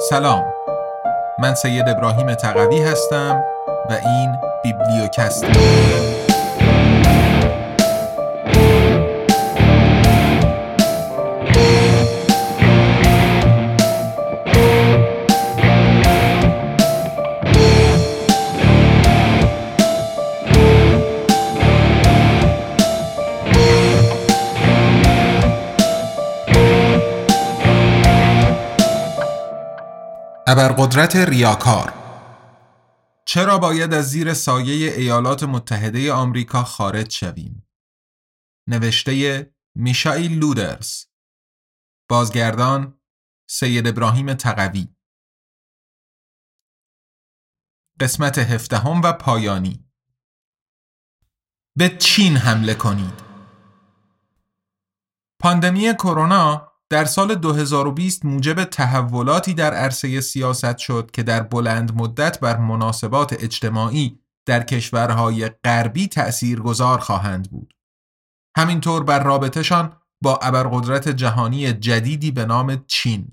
سلام، من سید ابراهیم تقوی هستم و این بیبلیوکسته. ابرقدرت ریاکار. چرا باید از زیر سایه ایالات متحده آمریکا خارج شویم؟ نوشته میشائیل لودرز. بازگردان سید ابراهیم تقوی. قسمت 17 و پایانی. به چین حمله کنید. پاندمی کرونا در سال 2020 موجب تحولاتی در عرصه سیاست شد که در بلند مدت بر مناسبات اجتماعی در کشورهای غربی تأثیرگذار خواهند بود. همینطور بر رابطه‌شان با ابرقدرت جهانی جدیدی به نام چین.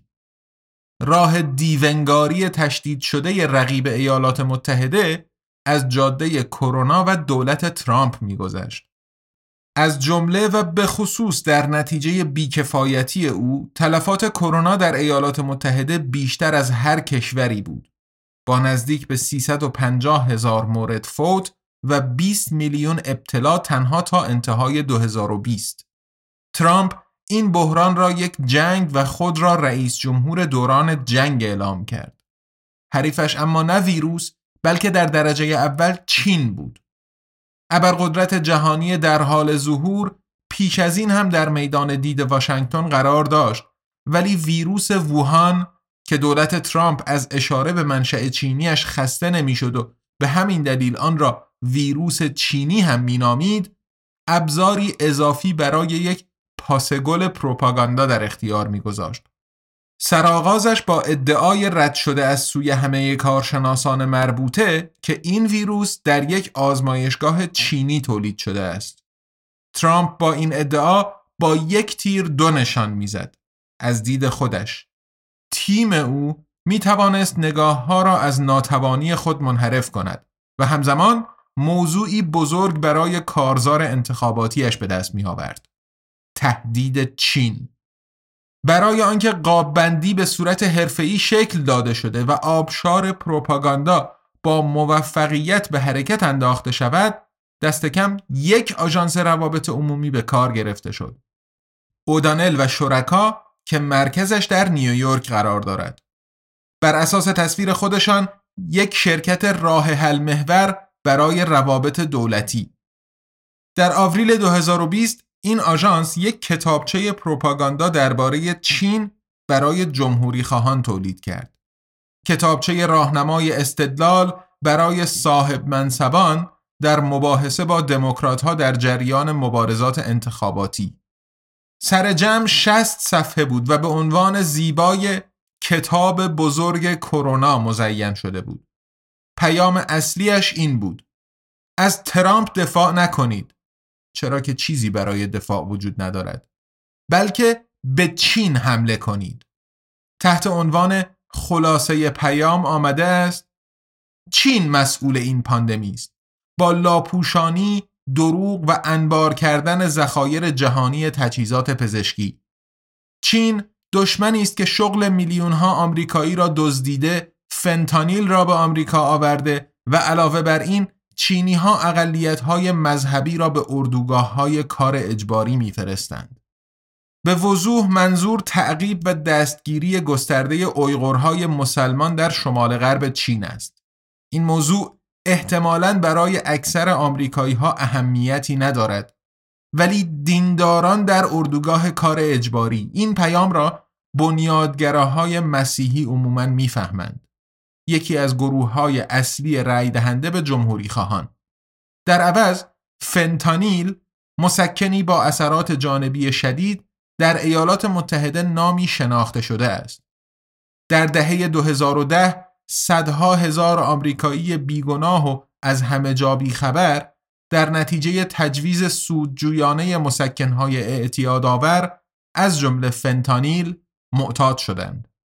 راه دیونگاری تشدید شده رقیب ایالات متحده از جاده کرونا و دولت ترامپ می‌گذشت. از جمله و به خصوص در نتیجه بیکفایتی او، تلفات کرونا در ایالات متحده بیشتر از هر کشوری بود، با نزدیک به 350,000 مورد فوت و 20 میلیون ابتلا تنها تا انتهای 2020. ترامپ این بحران را یک جنگ و خود را رئیس جمهور دوران جنگ اعلام کرد. حریفش اما نه ویروس، بلکه در درجه اول چین بود. ابرقدرت جهانی در حال ظهور پیش از این هم در میدان دید واشنگتن قرار داشت، ولی ویروس ووهان که دولت ترامپ از اشاره به منشأ چینیش خسته نمیشد و به همین دلیل آن را ویروس چینی هم مینامید، ابزاری اضافی برای یک پاسگل پروپاگاندا در اختیار میگذاشت. سرآغازش با ادعای رد شده از سوی همه کارشناسان مربوطه که این ویروس در یک آزمایشگاه چینی تولید شده است. ترامپ با این ادعا با یک تیر دو نشان میزد. از دید خودش، تیم او می توانست نگاه ها را از ناتوانی خود منحرف کند و همزمان موضوعی بزرگ برای کارزار انتخاباتیش به دست می آورد. تهدید چین. برای آنکه قاب‌بندی به صورت حرفه‌ای شکل داده شده و آبشار پروپاگاندا با موفقیت به حرکت انداخته شود، دست کم یک آژانس روابط عمومی به کار گرفته شد. اودانل و شرکا که مرکزش در نیویورک قرار دارد. بر اساس تصویر خودشان یک شرکت راه حل محور برای روابط دولتی. در آوریل 2020 این آژانس یک کتابچه پروپاگاندا درباره چین برای جمهوری خواهان تولید کرد. کتابچه راهنمای استدلال برای صاحب منصبان در مباحثه با دموکرات‌ها در جریان مبارزات انتخاباتی. سر جمع 60 صفحه بود و به عنوان زیبای کتاب بزرگ کرونا مزین شده بود. پیام اصلیش این بود: از ترامپ دفاع نکنید، چرا که چیزی برای دفاع وجود ندارد، بلکه به چین حمله کنید. تحت عنوان خلاصه پیام آمده است: چین مسئول این پاندمی است. با لاپوشانی، دروغ و انبار کردن ذخایر جهانی تجهیزات پزشکی. چین دشمنی است که شغل میلیون‌ها آمریکایی را دزدیده، فنتانیل را به آمریکا آورده و علاوه بر این چینی‌ها اقلیت‌های مذهبی را به اردوگاه‌های کار اجباری می‌فرستند. به وضوح منظور تعقیب و دستگیری گسترده اویغورهای مسلمان در شمال غرب چین است. این موضوع احتمالاً برای اکثر آمریکایی‌ها اهمیتی ندارد، ولی دینداران در اردوگاه کار اجباری این پیام را بنیادگراهای مسیحی عموماً می‌فهمند. یکی از گروه‌های اصلی رأی دهنده به جمهوری خواهان. در عوض فنتانیل، مسکنی با اثرات جانبی شدید، در ایالات متحده نامی شناخته شده است. در دهه 2010 صدها هزار آمریکایی بیگناه و از همه جا بیخبر در نتیجه تجویز سودجویانه مسکن‌های اعتیادآور از جمله فنتانیل معتاد شدند.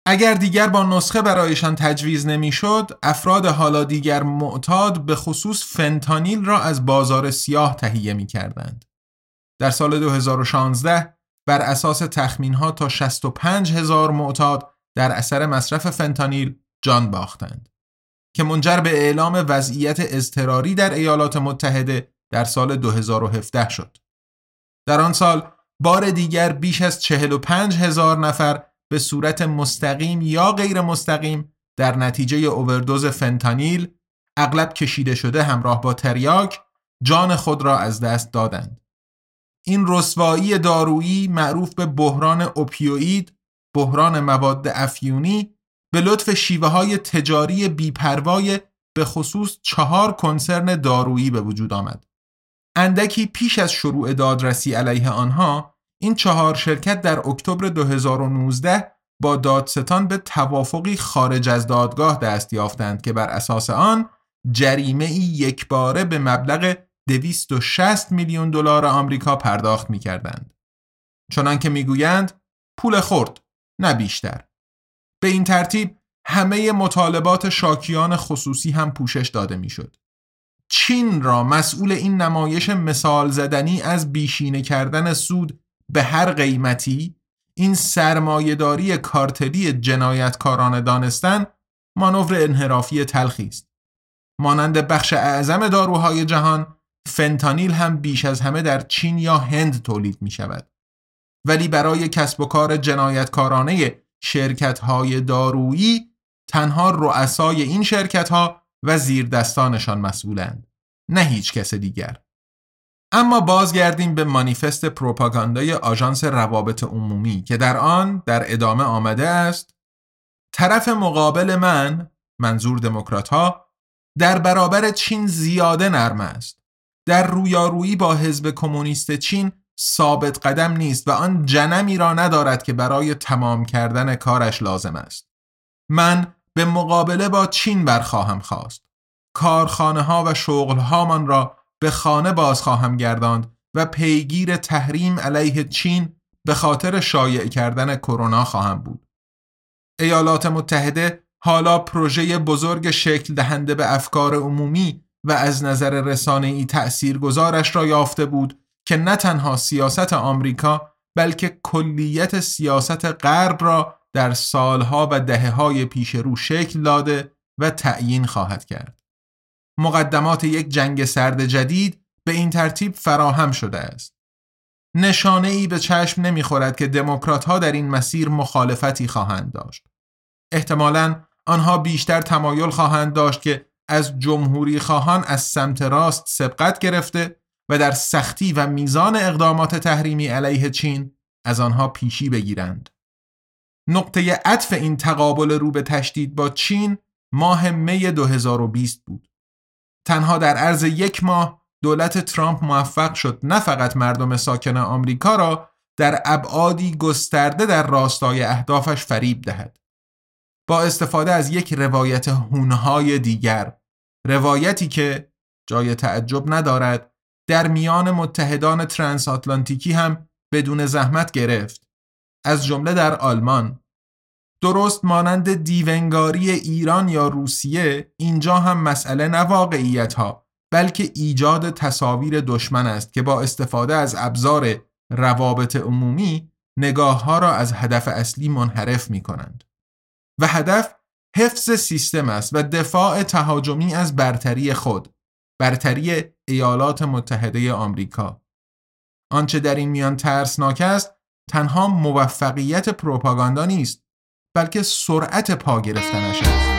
اگر دیگر با نسخه برایشان تجویز نمی‌شد، افراد حالا دیگر معتاد به خصوص فنتانیل را از بازار سیاه تهیه می‌کردند. در سال 2016 بر اساس تخمین‌ها تا 65,000 معتاد در اثر مصرف فنتانیل جان باختند که منجر به اعلام وضعیت اضطراری در ایالات متحده در سال 2017 شد. در آن سال بار دیگر بیش از 45,000 نفر به صورت مستقیم یا غیر مستقیم در نتیجه اووردوز فنتانیل، اغلب کشیده شده همراه با تریاک، جان خود را از دست دادند. این رسوایی دارویی معروف به بحران اوپیوئید، بحران مواد افیونی، به لطف شیوه‌های تجاری بی‌پروای به خصوص 4 کنسرن دارویی به وجود آمد. اندکی پیش از شروع دادرسی علیه آنها، این 4 شرکت در اکتبر 2019 با دادستان به توافقی خارج از دادگاه دست یافتند که بر اساس آن جریمه‌ای یکباره به مبلغ 260 میلیون دلار آمریکا پرداخت می‌کردند. چنان که می‌گویند پول خورد، نه بیشتر. به این ترتیب همه مطالبات شاکیان خصوصی هم پوشش داده می‌شد. چین را مسئول این نمایش مثال زدنی از بیشینه کردن سود به هر قیمتی، این سرمایه‌داری کارتلی جنایتکارانه دانستن، مانور انحرافی تلخی است. مانند بخش اعظم داروهای جهان، فنتانیل هم بیش از همه در چین یا هند تولید می شود. ولی برای کسب و کار جنایتکارانه شرکت‌های دارویی تنها رؤسای این شرکت‌ها و زیردستانشان مسئولند، نه هیچ کس دیگر. اما بازگردیم به مانیفست پروپاگاندای آژانس روابط عمومی که در آن در ادامه آمده است: طرف مقابل من، منظور دموکرات‌ها، در برابر چین زیاده نرم است. در رویارویی با حزب کمونیست چین ثابت قدم نیست و آن جنمی را ندارد که برای تمام کردن کارش لازم است. من به مقابله با چین برخواهم خواست. کارخانه ها و شغل هامان را به خانه باز خواهم گرداند و پیگیر تحریم علیه چین به خاطر شایع کردن کرونا خواهم بود. ایالات متحده حالا پروژه بزرگ شکل دهنده به افکار عمومی و از نظر رسانه‌ای تأثیرگذارش را یافته بود که نه تنها سیاست آمریکا بلکه کلیت سیاست غرب را در سالها و دهه‌های پیش رو شکل داده و تعیین خواهد کرد. مقدمات یک جنگ سرد جدید به این ترتیب فراهم شده است. نشانه‌ای به چشم نمی‌خورد که دموکرات‌ها در این مسیر مخالفتی خواهند داشت. احتمالاً آنها بیشتر تمایل خواهند داشت که از جمهوری خواهان از سمت راست سبقت گرفته و در سختی و میزان اقدامات تحریمی علیه چین از آنها پیشی بگیرند. نقطه عطف این تقابل رو به تشدید با چین ماه می 2020 بود. تنها در عرض 1 ماه دولت ترامپ موفق شد نه فقط مردم ساکن آمریکا را در ابعادی گسترده در راستای اهدافش فریب دهد. با استفاده از یک روایت هونهای دیگر، روایتی که جای تعجب ندارد در میان متحدان ترانس آتلانتیکی هم بدون زحمت گرفت، از جمله در آلمان. درست مانند دیونگاری ایران یا روسیه، اینجا هم مسئله نه واقعیت‌ها بلکه ایجاد تصاویر دشمن است که با استفاده از ابزار روابط عمومی نگاه‌ها را از هدف اصلی منحرف می‌کنند. و هدف حفظ سیستم است و دفاع تهاجمی از برتری خود، برتری ایالات متحده آمریکا. آنچه در این میان ترسناک است تنها موفقیت پروپاگاندا نیست بلکه سرعت پا گرفتنش است.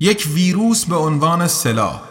یک ویروس به عنوان سلاح.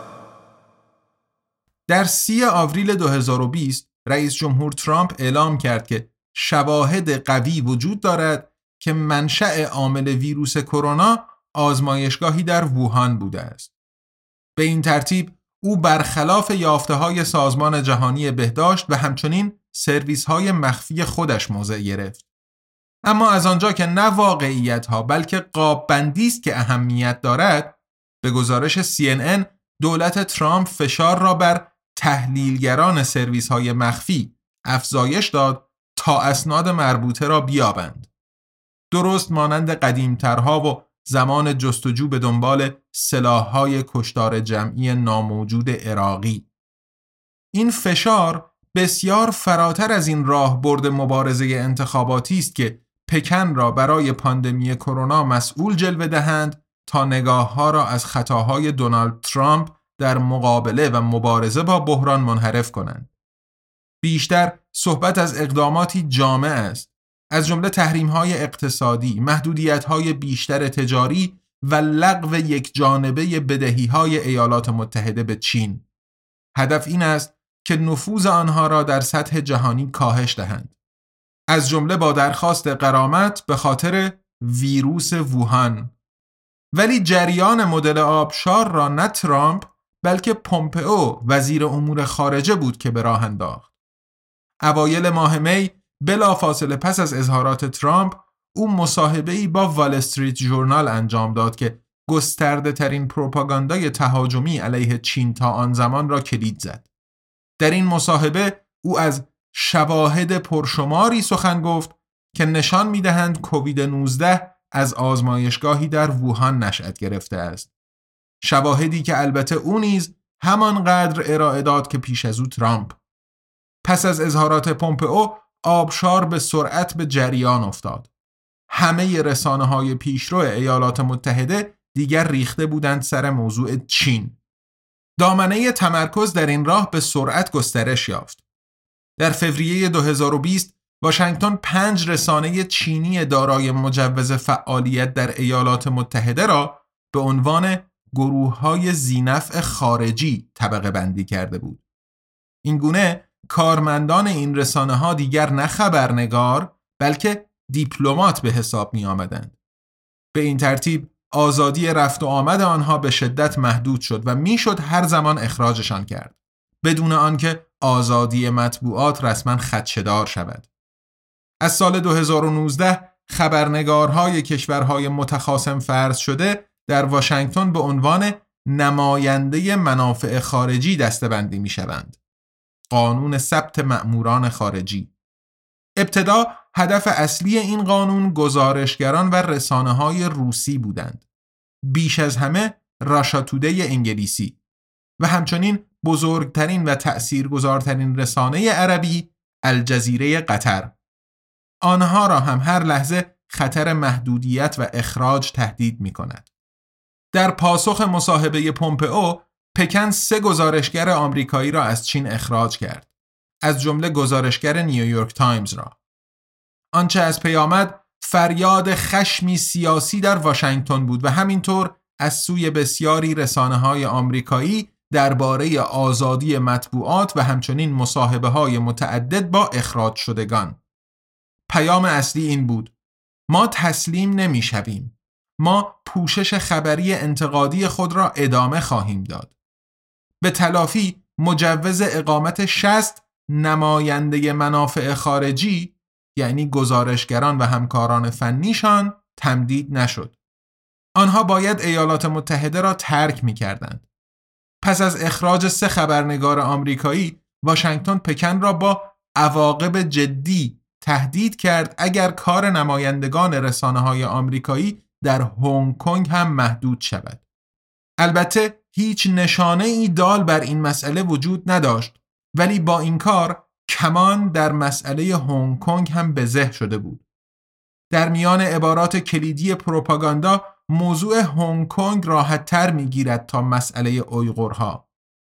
در 30 آوریل 2020 رئیس جمهور ترامپ اعلام کرد که شواهد قوی وجود دارد که منشأ عامل ویروس کرونا آزمایشگاهی در ووهان بوده است. به این ترتیب او برخلاف یافته‌های سازمان جهانی بهداشت و همچنین سرویس‌های مخفی خودش موضع گرفت. اما از آنجا که نه واقعیت‌ها بلکه قاب‌بندی است که اهمیت دارد، به گزارش CNN دولت ترامپ فشار را بر تحلیلگران سرویس‌های مخفی افزایش داد تا اسناد مربوطه را بیابند. درست مانند قدیم‌ترها و زمان جستجو به دنبال سلاح‌های کشتار جمعی ناموجود عراقی. این فشار بسیار فراتر از این راهبرد مبارزه انتخاباتی است که پکن را برای پاندمی کرونا مسئول جلوه دهند تا نگاه‌ها را از خطاهای دونالد ترامپ در مقابله و مبارزه با بحران منحرف کنند. بیشتر صحبت از اقداماتی جامع است، از جمله تحریم‌های اقتصادی، محدودیت‌های بیشتر تجاری و لغو یک جانبه بدهی‌های ایالات متحده به چین. هدف این است که نفوذ آنها را در سطح جهانی کاهش دهند، از جمله با درخواست غرامت به خاطر ویروس ووهان. ولی جریان مدل آبشار را نه ترامپ بلکه پومپئو وزیر امور خارجه بود که به راه انداخت. اوایل ماه می بلافاصله پس از اظهارات ترامپ او مصاحبه‌ای با وال استریت ژورنال انجام داد که گسترده ترین پروپاگاندای تهاجمی علیه چین تا آن زمان را کلید زد. در این مصاحبه او از شواهد پرشماری سخن گفت که نشان می‌دهند کووید 19 از آزمایشگاهی در ووهان نشأت گرفته است. شواهدی که البته او نیز همانقدر ارائه داد که پیش از او ترامپ. پس از اظهارات پومپئو آبشار به سرعت به جریان افتاد. همه رسانه‌های پیشرو ایالات متحده دیگر ریخته بودند سر موضوع چین. دامنه تمرکز در این راه به سرعت گسترش یافت. در فوریه 2020 واشنگتن 5 رسانه چینی دارای مجوز فعالیت در ایالات متحده را به عنوان گروه‌های ذی‌نفع خارجی طبقه بندی کرده بود. این گونه کارمندان این رسانه‌ها دیگر نه خبرنگار بلکه دیپلمات به حساب می آمدند. به این ترتیب آزادی رفت و آمد آنها به شدت محدود شد و میشد هر زمان اخراجشان کرد بدون آنکه آزادی مطبوعات رسما خدشه‌دار شود. از سال 2019 خبرنگارهای کشورهای متخاصم فرض شده در واشنگتن به عنوان نماینده منافع خارجی دسته‌بندی می‌شوند. قانون ثبت مأموران خارجی. ابتدا هدف اصلی این قانون گزارشگران و رسانه‌های روسی بودند. بیش از همه راشا تودی انگلیسی و همچنین بزرگترین و تأثیرگذارترین رسانه عربی الجزیره قطر. آنها را هم هر لحظه خطر محدودیت و اخراج تهدید می کند. در پاسخ مصاحبه پومپئو، پکن 3 گزارشگر آمریکایی را از چین اخراج کرد، از جمله گزارشگر نیویورک تایمز را. آنچه از پی آمد فریاد خشمی سیاسی در واشنگتن بود و همینطور از سوی بسیاری رسانه‌های آمریکایی درباره آزادی مطبوعات و همچنین مصاحبه‌های متعدد با اخراج شدگان. پیام اصلی این بود: ما تسلیم نمی‌شویم. ما پوشش خبری انتقادی خود را ادامه خواهیم داد. به تلافی مجوز اقامت 60 نماینده منافع خارجی، یعنی گزارشگران و همکاران فنیشان، تمدید نشد. آنها باید ایالات متحده را ترک می‌کردند. پس از اخراج 3 خبرنگار آمریکایی، واشنگتن پکن را با عواقب جدی تهدید کرد اگر کار نمایندگان رسانه‌های آمریکایی در هنگ کنگ هم محدود شود. البته هیچ نشانه‌ای دال بر این مسئله وجود نداشت، ولی با این کار کمان در مسئله هنگ کنگ هم بزه شده بود. در میان عبارات کلیدی پروپاگاندا موضوع هنگ کنگ راحت‌تر می‌گیرد تا مسئله اویغورها.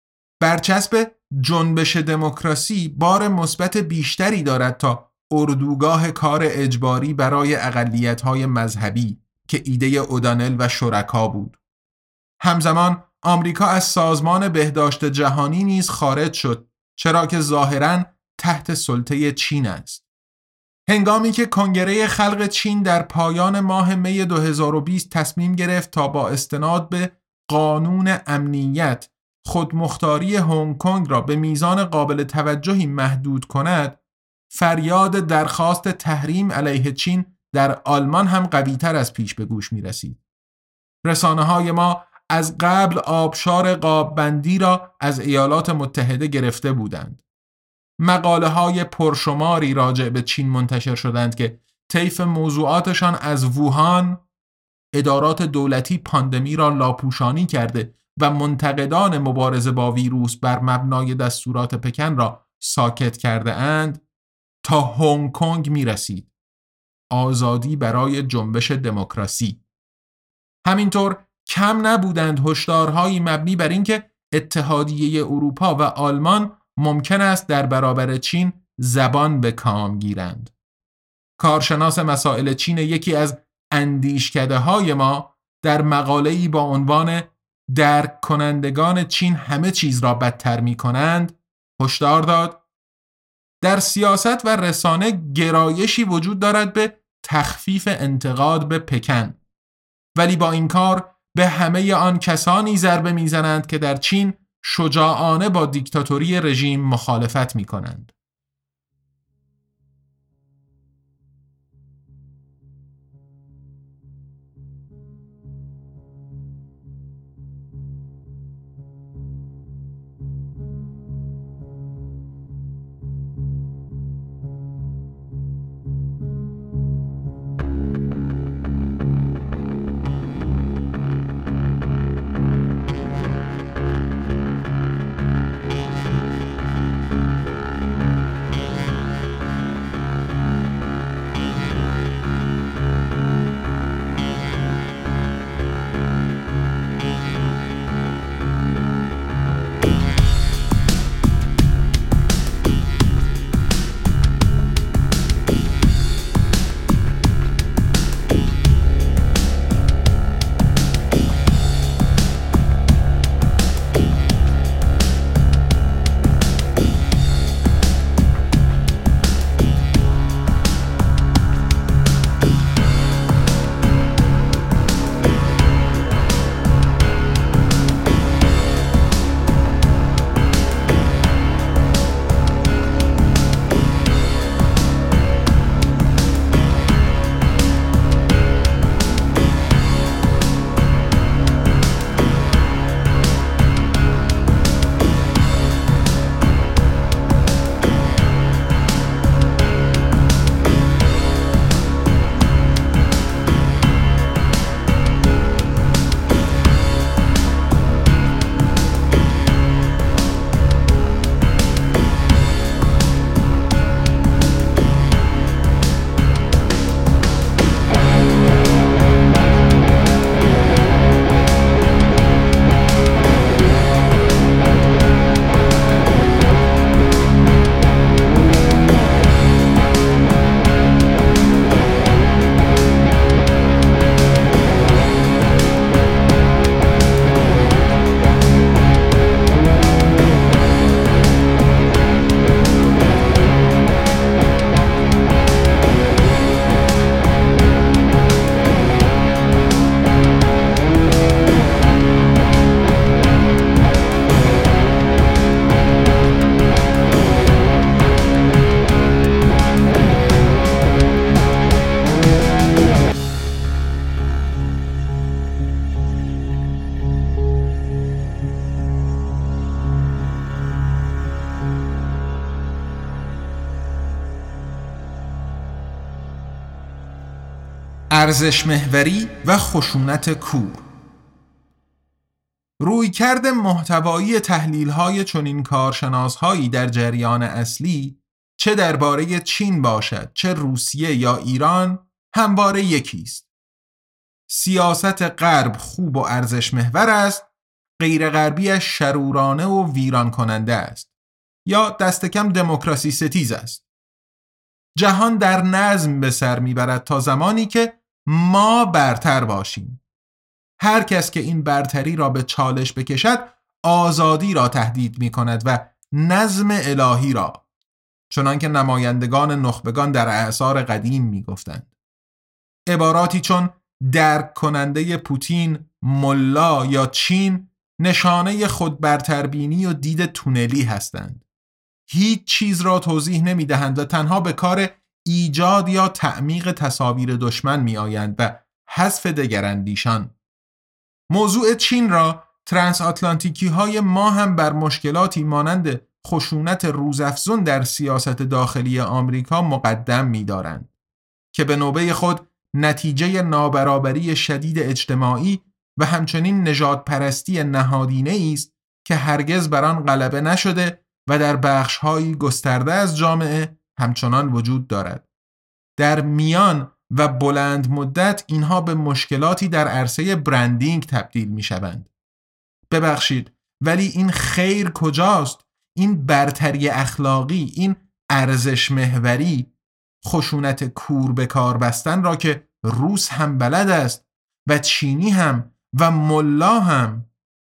برچسب جنبش دموکراسی بار مثبت بیشتری دارد تا اردوگاه کار اجباری برای اقلیت‌های مذهبی که ایده اودانل و شرکا بود. همزمان آمریکا از سازمان بهداشت جهانی نیز خارج شد، چرا که ظاهراً تحت سلطه چین است. هنگامی که کنگره خلق چین در پایان ماه می 2020 تصمیم گرفت تا با استناد به قانون امنیت خودمختاری هنگ کنگ را به میزان قابل توجهی محدود کند، فریاد درخواست تحریم علیه چین در آلمان هم قوی‌تر از پیش به گوش می رسید. رسانه‌های ما از قبل آبشار قاب‌بندی را از ایالات متحده گرفته بودند. مقاله‌های پرشماری راجع به چین منتشر شدند که طیف موضوعاتشان از ووهان، ادارات دولتی پاندمی را لاپوشانی کرده و منتقدان مبارزه با ویروس بر مبنای دستورات پکن را ساکت کرده اند، تا هنگ کنگ می رسید. آزادی برای جنبش دموکراسی. همینطور کم نبودند هشدارهایی مبنی بر اینکه اتحادیه اروپا و آلمان ممکن است در برابر چین زبان به کام گیرند. کارشناس مسائل چین یکی از اندیشکده‌های ما در مقاله‌ای با عنوان درک کنندگان چین همه چیز را بدتر می کنند هشدار داد: در سیاست و رسانه گرایشی وجود دارد به تخفیف انتقاد به پکن، ولی با این کار به همه آن کسانی ضربه میزنند که در چین شجاعانه با دیکتاتوری رژیم مخالفت می کنند. ارزش محوری و خشونت کور. رویکرد محتوایی تحلیل‌های چنین کارشناس‌هایی در جریان اصلی، چه درباره چین باشد چه روسیه یا ایران، همواره یکی است. سیاست غرب خوب و ارزش محور است، غیر غربیش شرورانه و ویران کننده است، یا دست کم دموکراسی ستیز است. جهان در نظم به سر میبرد تا زمانی که ما برتر باشیم. هر کس که این برتری را به چالش بکشد آزادی را تهدید می کند و نظم الهی را، چنانکه نمایندگان نخبگان در اعصار قدیم می گفتند. عباراتی چون درک کننده پوتین، ملا یا چین نشانه خودبرتربینی و دید تونلی هستند. هیچ چیز را توضیح نمی دهند و تنها به کار ایجاد یا تعمیق تصاویر دشمن می آیند و حذف دگراندیشان. موضوع چین را ترانس آتلانتیکی های ما هم بر مشکلاتی مانند خشونت روزافزون در سیاست داخلی آمریکا مقدم می دارند که به نوبه خود نتیجه نابرابری شدید اجتماعی و همچنین نژادپرستی نهادینه است که هرگز بر آن غلبه نشده و در بخش‌هایی گسترده از جامعه همچنان وجود دارد. در میان و بلند مدت اینها به مشکلاتی در عرصه برندینگ تبدیل می‌شوند. ببخشید، ولی این خیر کجاست؟ این برتری اخلاقی، این ارزش محوری، خشونت کور به کار بستن را که روس هم بلد است و چینی هم و ملا هم.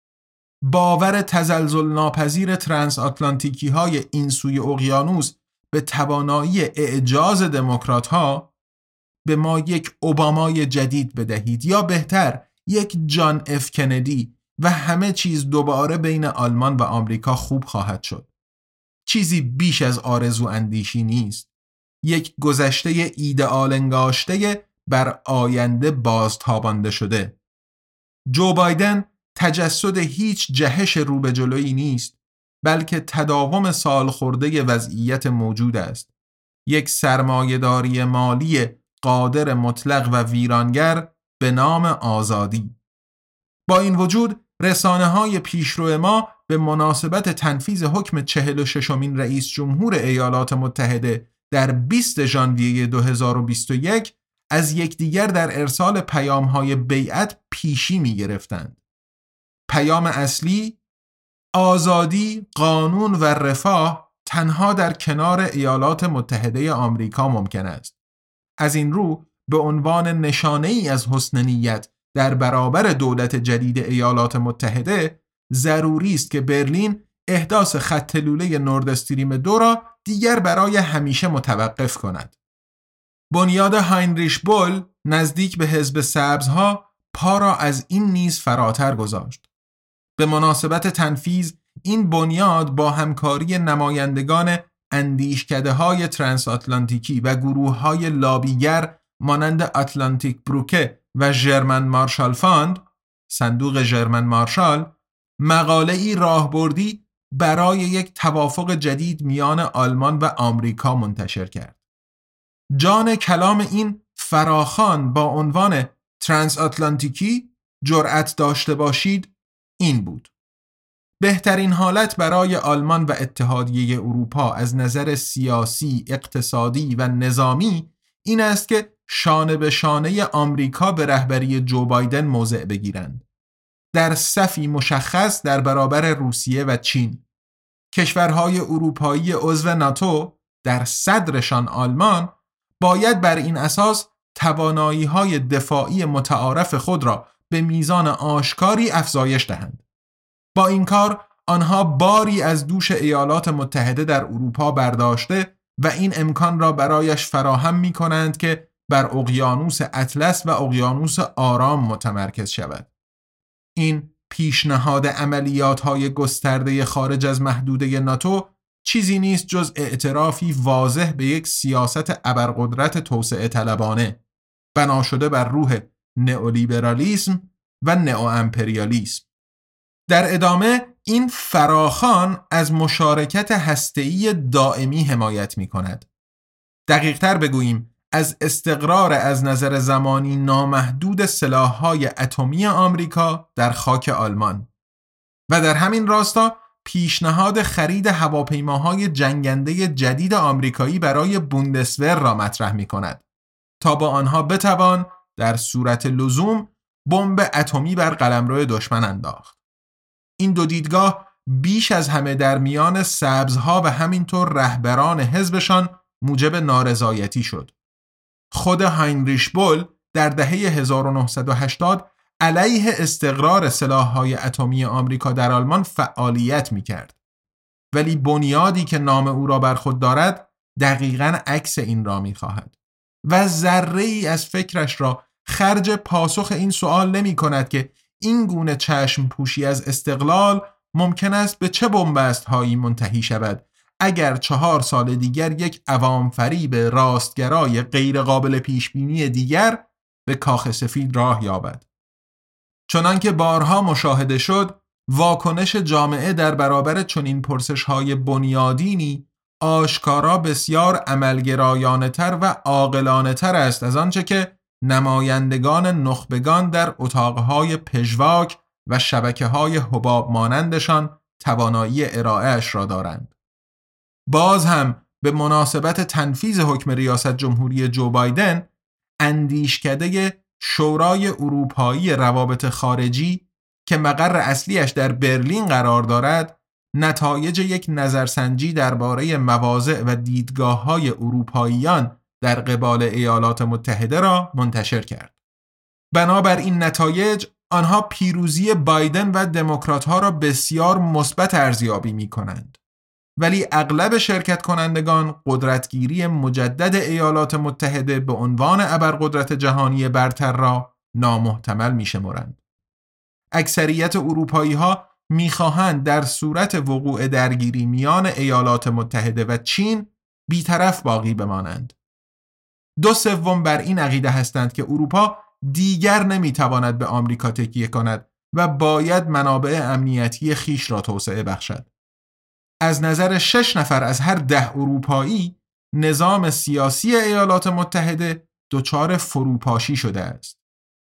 باور تزلزل ناپذیر ترانس آتلانتیکی های این سوی اقیانوس به توانایی اعجاز دموکرات ها، به ما یک اوبامای جدید بدهید یا بهتر یک جان اف کندی و همه چیز دوباره بین آلمان و آمریکا خوب خواهد شد. چیزی بیش از آرزو اندیشی نیست. یک گذشته ایدئال انگاشته بر آینده بازتابانده شده. جو بایدن تجسد هیچ جهش رو به جلویی نیست، بلکه تداوم سال خورده وضعیت موجود است. یک سرمایه‌داری مالی قادر مطلق و ویرانگر به نام آزادی. با این وجود رسانه‌های پیشرو ما به مناسبت تنفیذ حکم 46مین رئیس جمهور ایالات متحده در 20 ژانویه 2021 از یکدیگر در ارسال پیام‌های بیعت پیشی می‌گرفتند. پیام اصلی: آزادی، قانون و رفاه تنها در کنار ایالات متحده آمریکا ممکن است. از این رو به عنوان نشانه‌ای از حسن نیت در برابر دولت جدید ایالات متحده ضروری است که برلین احداث خط لوله نورد استریم 2 را دیگر برای همیشه متوقف کند. بنیاد هاینریش بول نزدیک به حزب سبزها پا را از این نیز فراتر گذاشت. به مناسبت تنفیذ این بنیاد با همکاری نمایندگان اندیشکده‌های ترانس آتلانتیکی و گروه‌های لابیگر مانند آتلانتیک بروکه و ژرمن مارشال فاند، صندوق ژرمن مارشال، مقاله‌ای راهبردی برای یک توافق جدید میان آلمان و آمریکا منتشر کرد. جان کلام این فراخوان با عنوان ترانس آتلانتیکی جرأت داشته باشید این بود: بهترین حالت برای آلمان و اتحادیه اروپا از نظر سیاسی، اقتصادی و نظامی این است که شانه به شانه آمریکا به رهبری جو بایدن موضع بگیرند. در صفی مشخص در برابر روسیه و چین. کشورهای اروپایی عضو ناتو در صدرشان آلمان باید بر این اساس توانایی‌های دفاعی متعارف خود را به میزان آشکاری افزایش دهند. با این کار آنها باری از دوش ایالات متحده در اروپا برداشته و این امکان را برایش فراهم می کنند که بر اقیانوس اطلس و اقیانوس آرام متمرکز شود. این پیشنهاد عملیات‌های گسترده خارج از محدوده ناتو چیزی نیست جز اعترافی واضح به یک سیاست ابرقدرت توسعه طلبانه بنا شده بر روح نئولیبرالیسم و نئوامپریالیسم. در ادامه این فراخوان از مشارکت هسته‌ای دائمی حمایت می کند. دقیق تر بگوییم از استقرار از نظر زمانی نامحدود سلاح‌های اتمی آمریکا در خاک آلمان و در همین راستا پیشنهاد خرید هواپیماهای جنگنده جدید آمریکایی برای بوندسور را مطرح می کند تا با آنها بتوان در صورت لزوم بمب اتمی بر قلمرو دشمن انداخت. این دو دیدگاه بیش از همه در میان سبزها و همینطور رهبران حزبشان موجب نارضایتی شد. خود هاینریش بول در دهه 1980 علیه استقرار سلاح‌های اتمی آمریکا در آلمان فعالیت می‌کرد. ولی بنیادی که نام او را بر خود دارد دقیقاً عکس این را می‌خواهد و ذره‌ای از فکرش را خرج پاسخ این سوال نمی‌کند که این گونه چشم پوشی از استقلال ممکن است به چه بنبست‌هایی منتهی شود اگر 4 سال دیگر یک عوام فریب راستگرای غیر قابل پیشبینی دیگر به کاخ سفید راه یابد. چنانکه بارها مشاهده شد، واکنش جامعه در برابر چنین پرسش‌های بنیادینی آشکارا بسیار عملگرایانه‌تر و عاقلانه‌تر است از آنچه که نمایندگان نخبگان در اتاقهای پژواک و شبکه‌های حباب مانندشان توانایی ارائه‌اش را دارند. باز هم به مناسبت تنفیذ حکم ریاست جمهوری جو بایدن، اندیشکده شورای اروپایی روابط خارجی که مقر اصلیش در برلین قرار دارد، نتایج یک نظرسنجی درباره مواضع و دیدگاه‌های اروپاییان در قبال ایالات متحده را منتشر کرد. بنابر این نتایج، آنها پیروزی بایدن و دموکرات‌ها را بسیار مثبت ارزیابی می‌کنند. ولی اغلب شرکت کنندگان قدرتگیری مجدد ایالات متحده به عنوان ابرقدرت جهانی برتر را نامحتمل می‌شمارند. اکثریت اروپایی‌ها می‌خواهند در صورت وقوع درگیری میان ایالات متحده و چین بی‌طرف باقی بمانند. 2/3 بر این عقیده هستند که اروپا دیگر نمی‌تواند به آمریکا تکیه کند و باید منابع امنیتی خیش را توسعه بخشد. از نظر 6 نفر از هر 10 اروپایی، نظام سیاسی ایالات متحده دچار فروپاشی شده است.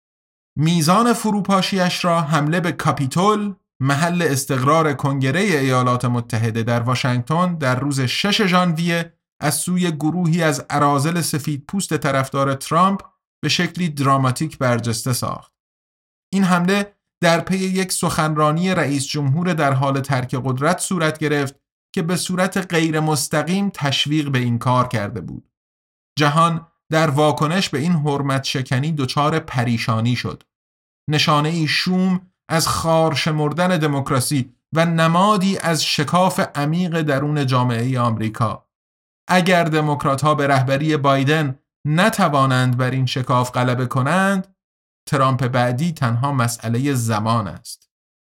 میزان فروپاشیش را حمله به کاپیتول، محل استقرار کنگره ایالات متحده در واشنگتن در روز 6 ژانویه از سوی گروهی از اراذل سفیدپوست طرفدار ترامپ به شکلی دراماتیک برجسته ساخت. این حمله در پی یک سخنرانی رئیس جمهور در حال ترک قدرت صورت گرفت که به صورت غیر مستقیم تشویق به این کار کرده بود. جهان در واکنش به این حرمت شکنی دچار پریشانی شد. نشانه‌ای شوم از خار شمردن دموکراسی و نمادی از شکاف عمیق درون جامعه آمریکا. اگر دموکرات‌ها به رهبری بایدن نتوانند بر این شکاف غلبه کنند، ترامپ بعدی تنها مسئله زمان است.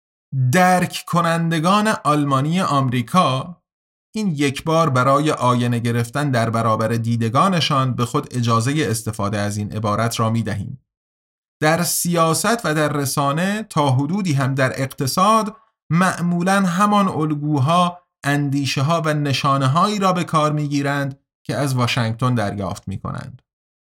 درک کنندگان آلمانی آمریکا این یک بار برای آینه گرفتن در برابر دیدگانشان به خود اجازه استفاده از این عبارت را می دهیم. در سیاست و در رسانه تا حدودی هم در اقتصاد معمولاً همان الگوها، اندیشه‌ها و نشانه‌هایی را به کار می‌گیرند که از واشنگتن دریافت می‌کنند.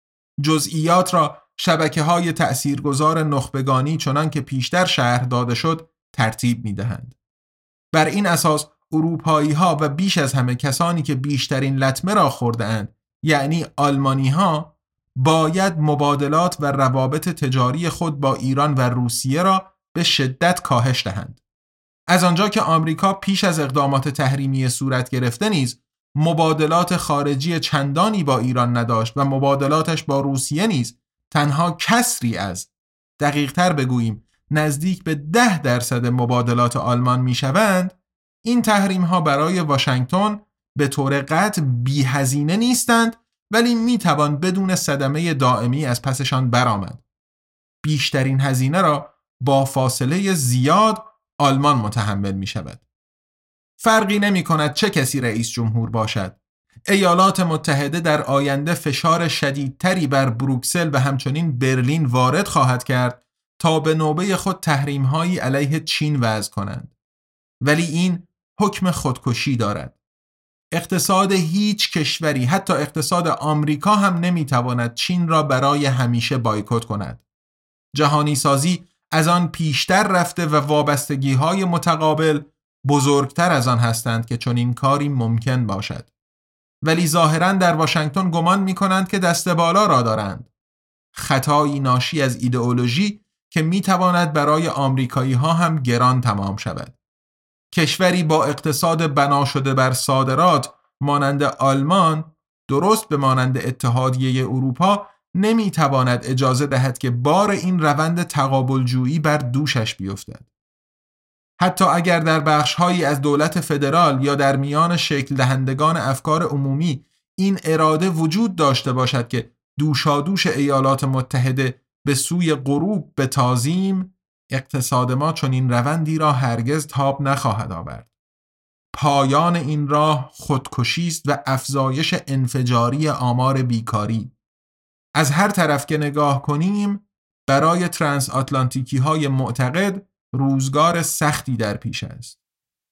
جزئیات را شبکه‌های تأثیرگذار نخبگانی چنان که پیشتر شرح داده شد ترتیب می‌دهند. بر این اساس اروپایی‌ها و بیش از همه کسانی که بیشترین لطمه را خورده‌اند، یعنی آلمانی‌ها، باید مبادلات و روابط تجاری خود با ایران و روسیه را به شدت کاهش دهند. از آنجا که آمریکا پیش از اقدامات تحریمی صورت گرفته نیز مبادلات خارجی چندانی با ایران نداشت و مبادلاتش با روسیه نیز تنها کسری از، دقیق‌تر بگوییم نزدیک به 10% مبادلات آلمان میشوند، این تحریم ها برای واشنگتن به طور قطع بی هزینه نیستند، ولی میتوان بدون صدمه دائمی از پسشان برآمد. بیشترین هزینه را با فاصله زیاد آلمان متحمل می شود. فرقی نمی کند چه کسی رئیس جمهور باشد. ایالات متحده در آینده فشار شدیدتری بر بروکسل و همچنین برلین وارد خواهد کرد تا به نوبه خود تحریم‌هایی علیه چین وضع کنند. ولی این حکم خودکشی دارد. اقتصاد هیچ کشوری، حتی اقتصاد آمریکا هم نمیتواند چین را برای همیشه بایکوت کند. جهانی سازی از آن پیشتر رفته و وابستگی‌های متقابل بزرگتر از آن هستند که چنین کاری ممکن باشد. ولی ظاهراً در واشنگتن گمان می‌کنند که دست بالا را دارند. خطایی ناشی از ایدئولوژی که می‌تواند برای آمریکایی‌ها هم گران تمام شود. کشوری با اقتصاد بنا شده بر صادرات مانند آلمان، درست به مانند اتحادیه اروپا، نمیتواند اجازه دهد که بار این روند تقابلجویی بر دوشش بیفتد. حتی اگر در بخش‌هایی از دولت فدرال یا در میان شکل دهندگان افکار عمومی این اراده وجود داشته باشد که دوشادوش ایالات متحده به سوی غروب بتازیم، اقتصاد ما چنین روندی را هرگز تاب نخواهد آورد. پایان این راه خودکشی است و افزایش انفجاری آمار بیکاری. از هر طرف که نگاه کنیم برای ترانس آتلانتیکی های معتقد روزگار سختی در پیش است.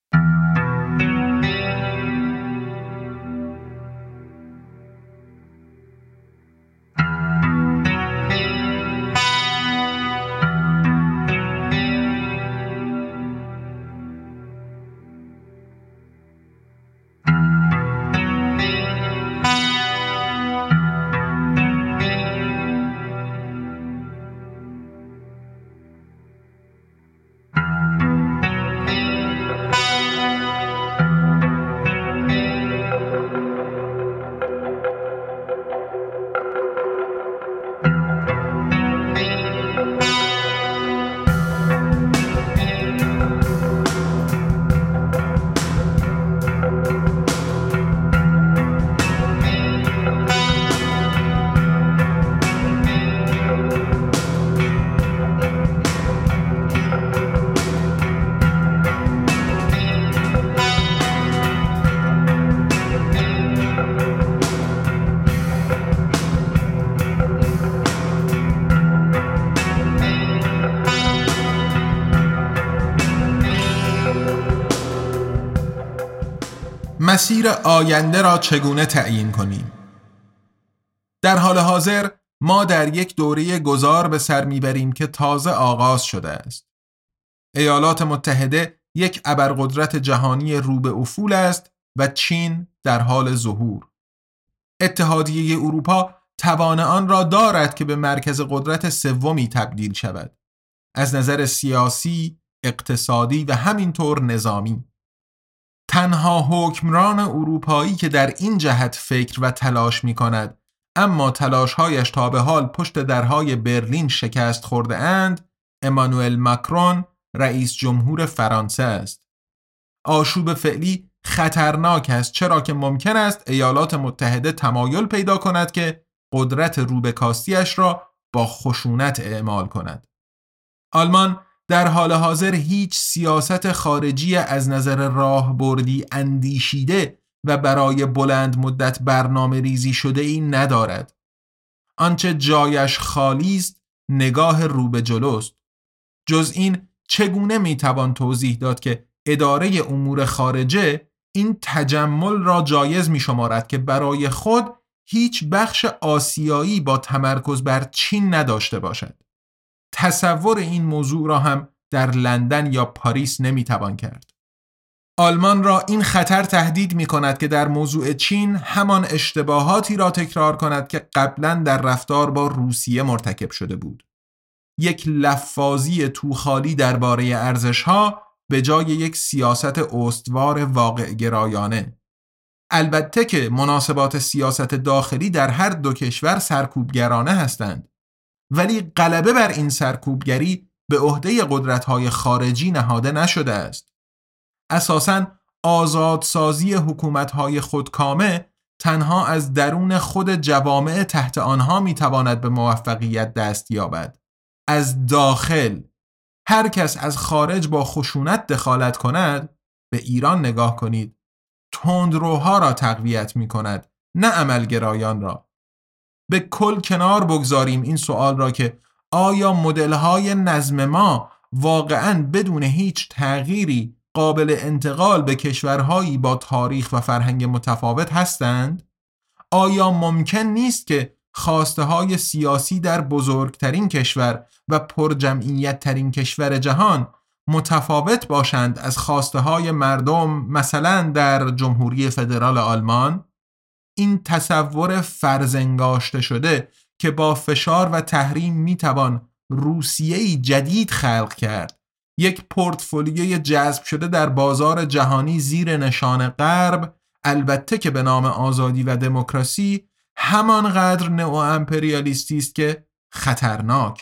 مسیر آینده را چگونه تعیین کنیم؟ در حال حاضر ما در یک دوره گذار به سر میبریم که تازه آغاز شده است. ایالات متحده یک ابرقدرت جهانی رو به افول است و چین در حال ظهور. اتحادیه اروپا توان آن را دارد که به مرکز قدرت سومی تبدیل شود، از نظر سیاسی، اقتصادی و همینطور نظامی. تنها حکمران اروپایی که در این جهت فکر و تلاش می کند اما تلاش‌هایش تا به حال پشت درهای برلین شکست خورده اند، امانوئل ماکرون رئیس جمهور فرانسه است. آشوب فعلی خطرناک است، چرا که ممکن است ایالات متحده تمایل پیدا کند که قدرت روبه‌کاستی‌اش را با خشونت اعمال کند. آلمان در حال حاضر هیچ سیاست خارجی از نظر راهبردی اندیشیده و برای بلند مدت برنامه ریزی شده ای ندارد. آنچه جایش خالی است نگاه رو به جلوست. جز این چگونه میتوان توضیح داد که اداره امور خارجه این تجمل را جایز می شمارد که برای خود هیچ بخش آسیایی با تمرکز بر چین نداشته باشد؟ تصور این موضوع را هم در لندن یا پاریس نمیتوان کرد. آلمان را این خطر تهدید می کند که در موضوع چین همان اشتباهاتی را تکرار کند که قبلا در رفتار با روسیه مرتکب شده بود. یک لفاظی توخالی درباره ارزش‌ها به جای یک سیاست استوار واقع گرایانه. البته که مناسبات سیاست داخلی در هر دو کشور سرکوبگرانه هستند، ولی غلبه بر این سرکوبگری به عهده قدرت‌های خارجی نهاده نشده است. اساساً آزادسازی حکومت‌های خودکامه تنها از درون خود جوامع تحت آنها می‌تواند به موفقیت دست یابد. از داخل هر کس از خارج با خشونت دخالت کند، به ایران نگاه کنید، تندروها را تقویت می‌کند، نه عملگرایان را. به کل کنار بگذاریم این سوال را که آیا مدل‌های نظم ما واقعاً بدون هیچ تغییری قابل انتقال به کشورهایی با تاریخ و فرهنگ متفاوت هستند؟ آیا ممکن نیست که خواسته‌های سیاسی در بزرگترین کشور و پرجمعیت ترین کشور جهان متفاوت باشند از خواسته‌های مردم مثلا در جمهوری فدرال آلمان؟ این تصور فرزنگاشته شده که با فشار و تحریم میتوان روسیه‌ای جدید خلق کرد، یک پورتفولیوی جذب شده در بازار جهانی زیر نشان غرب، البته که به نام آزادی و دموکراسی، همانقدر نئو امپریالیستی است که خطرناک.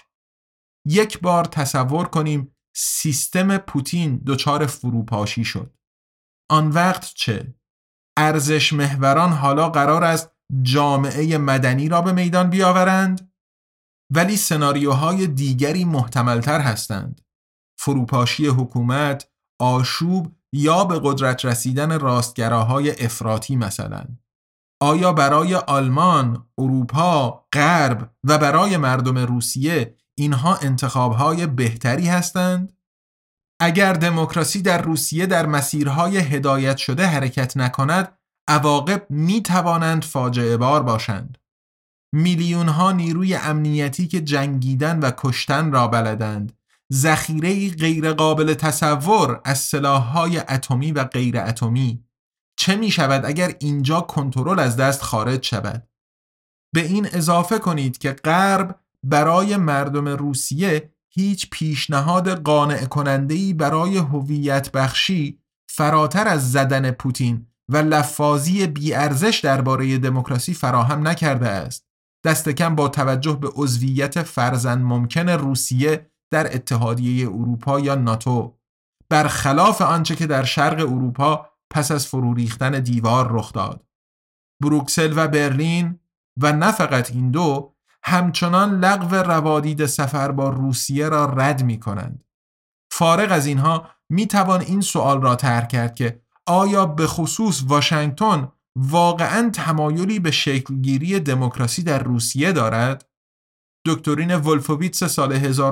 یک بار تصور کنیم سیستم پوتین دچار فروپاشی شد. آن وقت چه؟ ارزش محوران حالا قرار است جامعه مدنی را به میدان بیاورند؟ ولی سناریوهای دیگری محتملتر هستند. فروپاشی حکومت، آشوب یا به قدرت رسیدن راستگراهای افراطی مثلا. آیا برای آلمان، اروپا، غرب و برای مردم روسیه اینها انتخابهای بهتری هستند؟ اگر دموکراسی در روسیه در مسیرهای هدایت شده حرکت نکند، عواقب می توانند فاجعه بار باشند. میلیون ها نیروی امنیتی که جنگیدن و کشتن را بلدند، ذخیره غیر قابل تصور از سلاح‌های اتمی و غیر اتمی. چه می شود اگر اینجا کنترل از دست خارج شود؟ به این اضافه کنید که غرب برای مردم روسیه هیچ پیشنهاد قانع کننده‌ای برای هویت بخشی فراتر از زدن پوتین و لفاظی بی‌ارزش درباره دموکراسی فراهم نکرده است. دست کم با توجه به عضویت فرضاً ممکن روسیه در اتحادیه اروپا یا ناتو، برخلاف آنچه که در شرق اروپا پس از فرو ریختن دیوار رخ داد. بروکسل و برلین و نه فقط این دو همچنان لغو روادید سفر با روسیه را رد می کنند. فارغ از اینها می توان این سوال را طرح کرد که آیا به خصوص واشنگتن واقعاً تمایلی به شکلگیری دموکراسی در روسیه دارد؟ دکترین ولفوویتس سال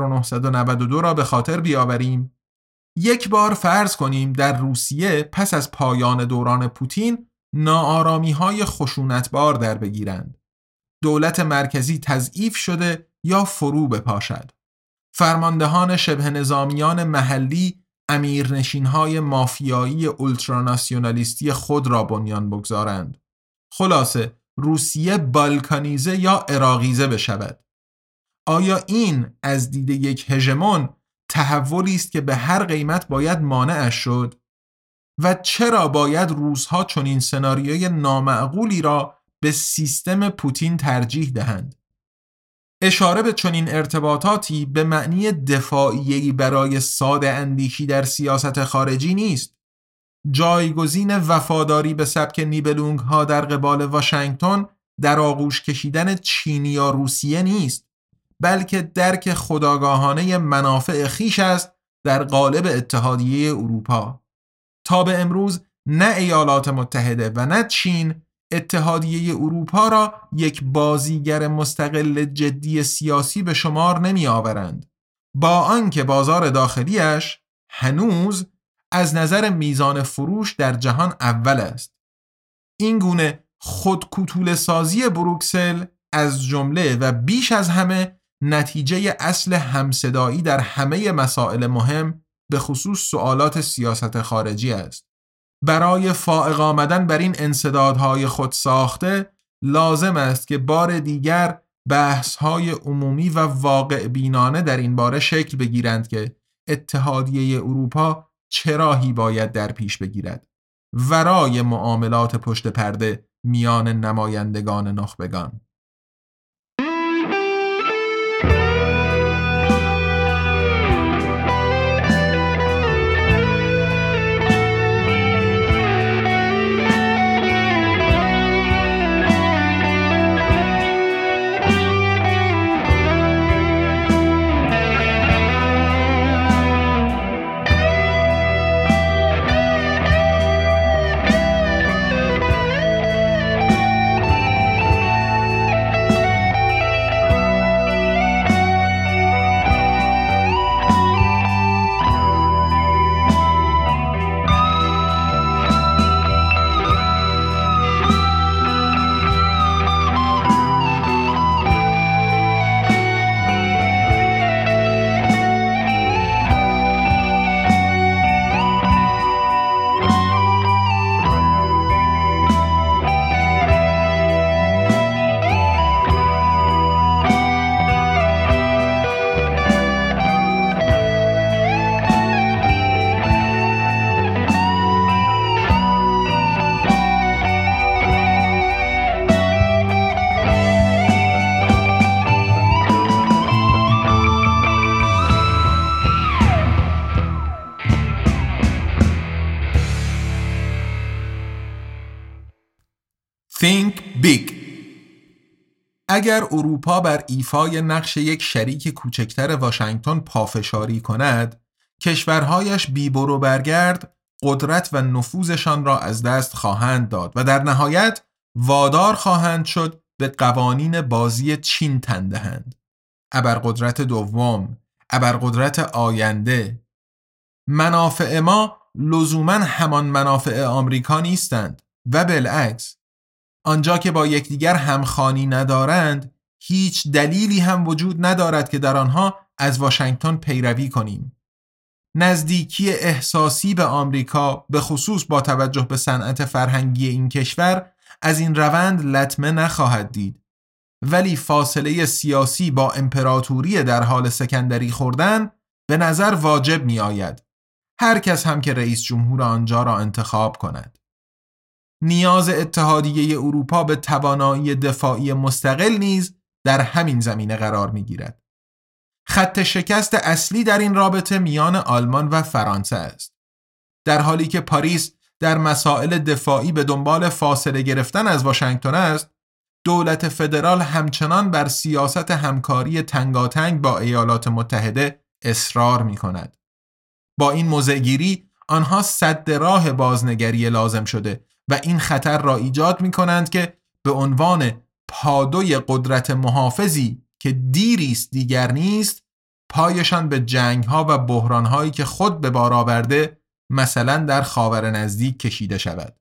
1992 را به خاطر بیاوریم. یک بار فرض کنیم در روسیه پس از پایان دوران پوتین ناآرامی‌های خشونتبار در بگیرند. دولت مرکزی تضعیف شده یا فرو بپاشد. فرماندهان شبه نظامیان محلی امیرنشین‌های مافیایی اولتراناسیونالیستی خود را بنیان بگذارند. خلاصه روسیه بالکانیزه یا عراقیزه بشود. آیا این از دید یک هژمون تحولی است که به هر قیمت باید مانعش شد؟ و چرا باید روس‌ها چنین سناریوی نامعقولی را به سیستم پوتین ترجیح دهند؟ اشاره به چنین ارتباطاتی به معنی دفاعیه‌ای برای ساده اندیشی در سیاست خارجی نیست. جایگزین وفاداری به سبک نیبلونگ ها در قبال واشنگتن در آغوش کشیدن چین یا روسیه نیست، بلکه درک خودآگاهانه منافع خویش است در قالب اتحادیه اروپا. تا به امروز نه ایالات متحده و نه چین اتحادیه اروپا را یک بازیگر مستقل جدی سیاسی به شمار نمی آورند، با آنکه بازار داخلیش هنوز از نظر میزان فروش در جهان اول است. این گونه خودکوتوله سازی بروکسل از جمله و بیش از همه نتیجه اصل همصدایی در همه مسائل مهم به خصوص سوالات سیاست خارجی است. برای فائق آمدن بر این انسدادهای خود ساخته لازم است که بار دیگر بحث‌های عمومی و واقع بینانه در این باره شکل بگیرند که اتحادیه اروپا چه راهی باید در پیش بگیرد ورای معاملات پشت پرده میان نمایندگان نخبگان. big. اگر اروپا بر ایفای نقش یک شریک کوچکتر واشنگتن پافشاری کند، کشورهایش بی برو برگرد قدرت و نفوذشان را از دست خواهند داد و در نهایت وادار خواهند شد به قوانین بازی چین تن دهند. ابرقدرت دوم، ابرقدرت آینده. منافع ما لزوماً همان منافع آمریکا نیستند و بالعکس. آنجا که با یکدیگر همخوانی ندارند، هیچ دلیلی هم وجود ندارد که در آنها از واشنگتن پیروی کنیم. نزدیکی احساسی به آمریکا به خصوص با توجه به صنعت فرهنگی این کشور از این روند لطمه نخواهد دید، ولی فاصله سیاسی با امپراتوری در حال سکندری خوردن به نظر واجب می آید، هر کس هم که رئیس جمهور آنجا را انتخاب کند. نیاز اتحادیه اروپا به توانایی دفاعی مستقل نیز در همین زمینه قرار می گیرد. خط شکست اصلی در این رابطه میان آلمان و فرانسه است. در حالی که پاریس در مسائل دفاعی به دنبال فاصله گرفتن از واشنگتن است، دولت فدرال همچنان بر سیاست همکاری تنگاتنگ با ایالات متحده اصرار می کند. با این موضع‌گیری آنها سد راه بازنگری لازم شده و این خطر را ایجاد می کنند که به عنوان پادوی قدرت محافظی که دیریست دیگر نیست، پایشان به جنگ‌ها و بحران‌هایی که خود به بار آورده مثلا در خاور نزدیک کشیده شود.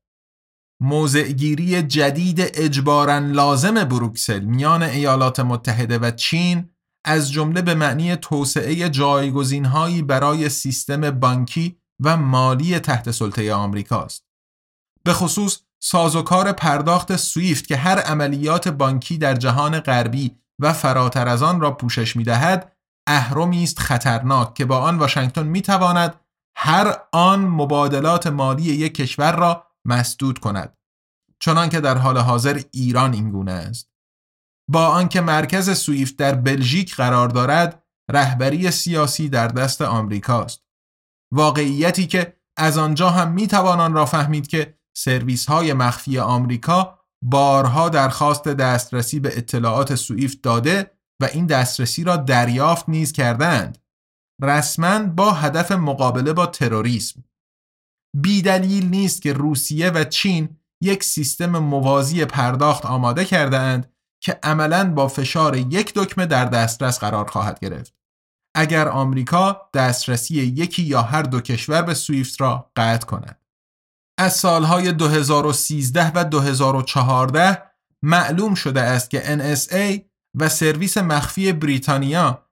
موضع‌گیری جدید اجباراً لازم بروکسل میان ایالات متحده و چین از جمله به معنی توسعه جایگزین‌هایی برای سیستم بانکی و مالی تحت سلطه آمریکاست. به خصوص سازوکار پرداخت سویفت که هر عملیات بانکی در جهان غربی و فراتر از آن را پوشش می‌دهد، اهرمی است خطرناک که با آن واشنگتن می‌تواند هر آن مبادلات مالی یک کشور را مسدود کند، چنان که در حال حاضر ایران این گونه است. با آنکه مرکز سویفت در بلژیک قرار دارد، رهبری سیاسی در دست آمریکاست. واقعیتی که از آنجا هم می‌توان آن را فهمید که سرویس‌های مخفی آمریکا بارها درخواست دسترسی به اطلاعات سویفت داده و این دسترسی را دریافت نیز کردند، رسماً با هدف مقابله با تروریسم. بی دلیل نیست که روسیه و چین یک سیستم موازی پرداخت آماده کرده اند که عملاً با فشار یک دکمه در دسترس قرار خواهد گرفت اگر آمریکا دسترسی یکی یا هر دو کشور به سویفت را قطع کند. از سالهای 2013 و 2014 معلوم شده است که NSA و سرویس مخفی بریتانیا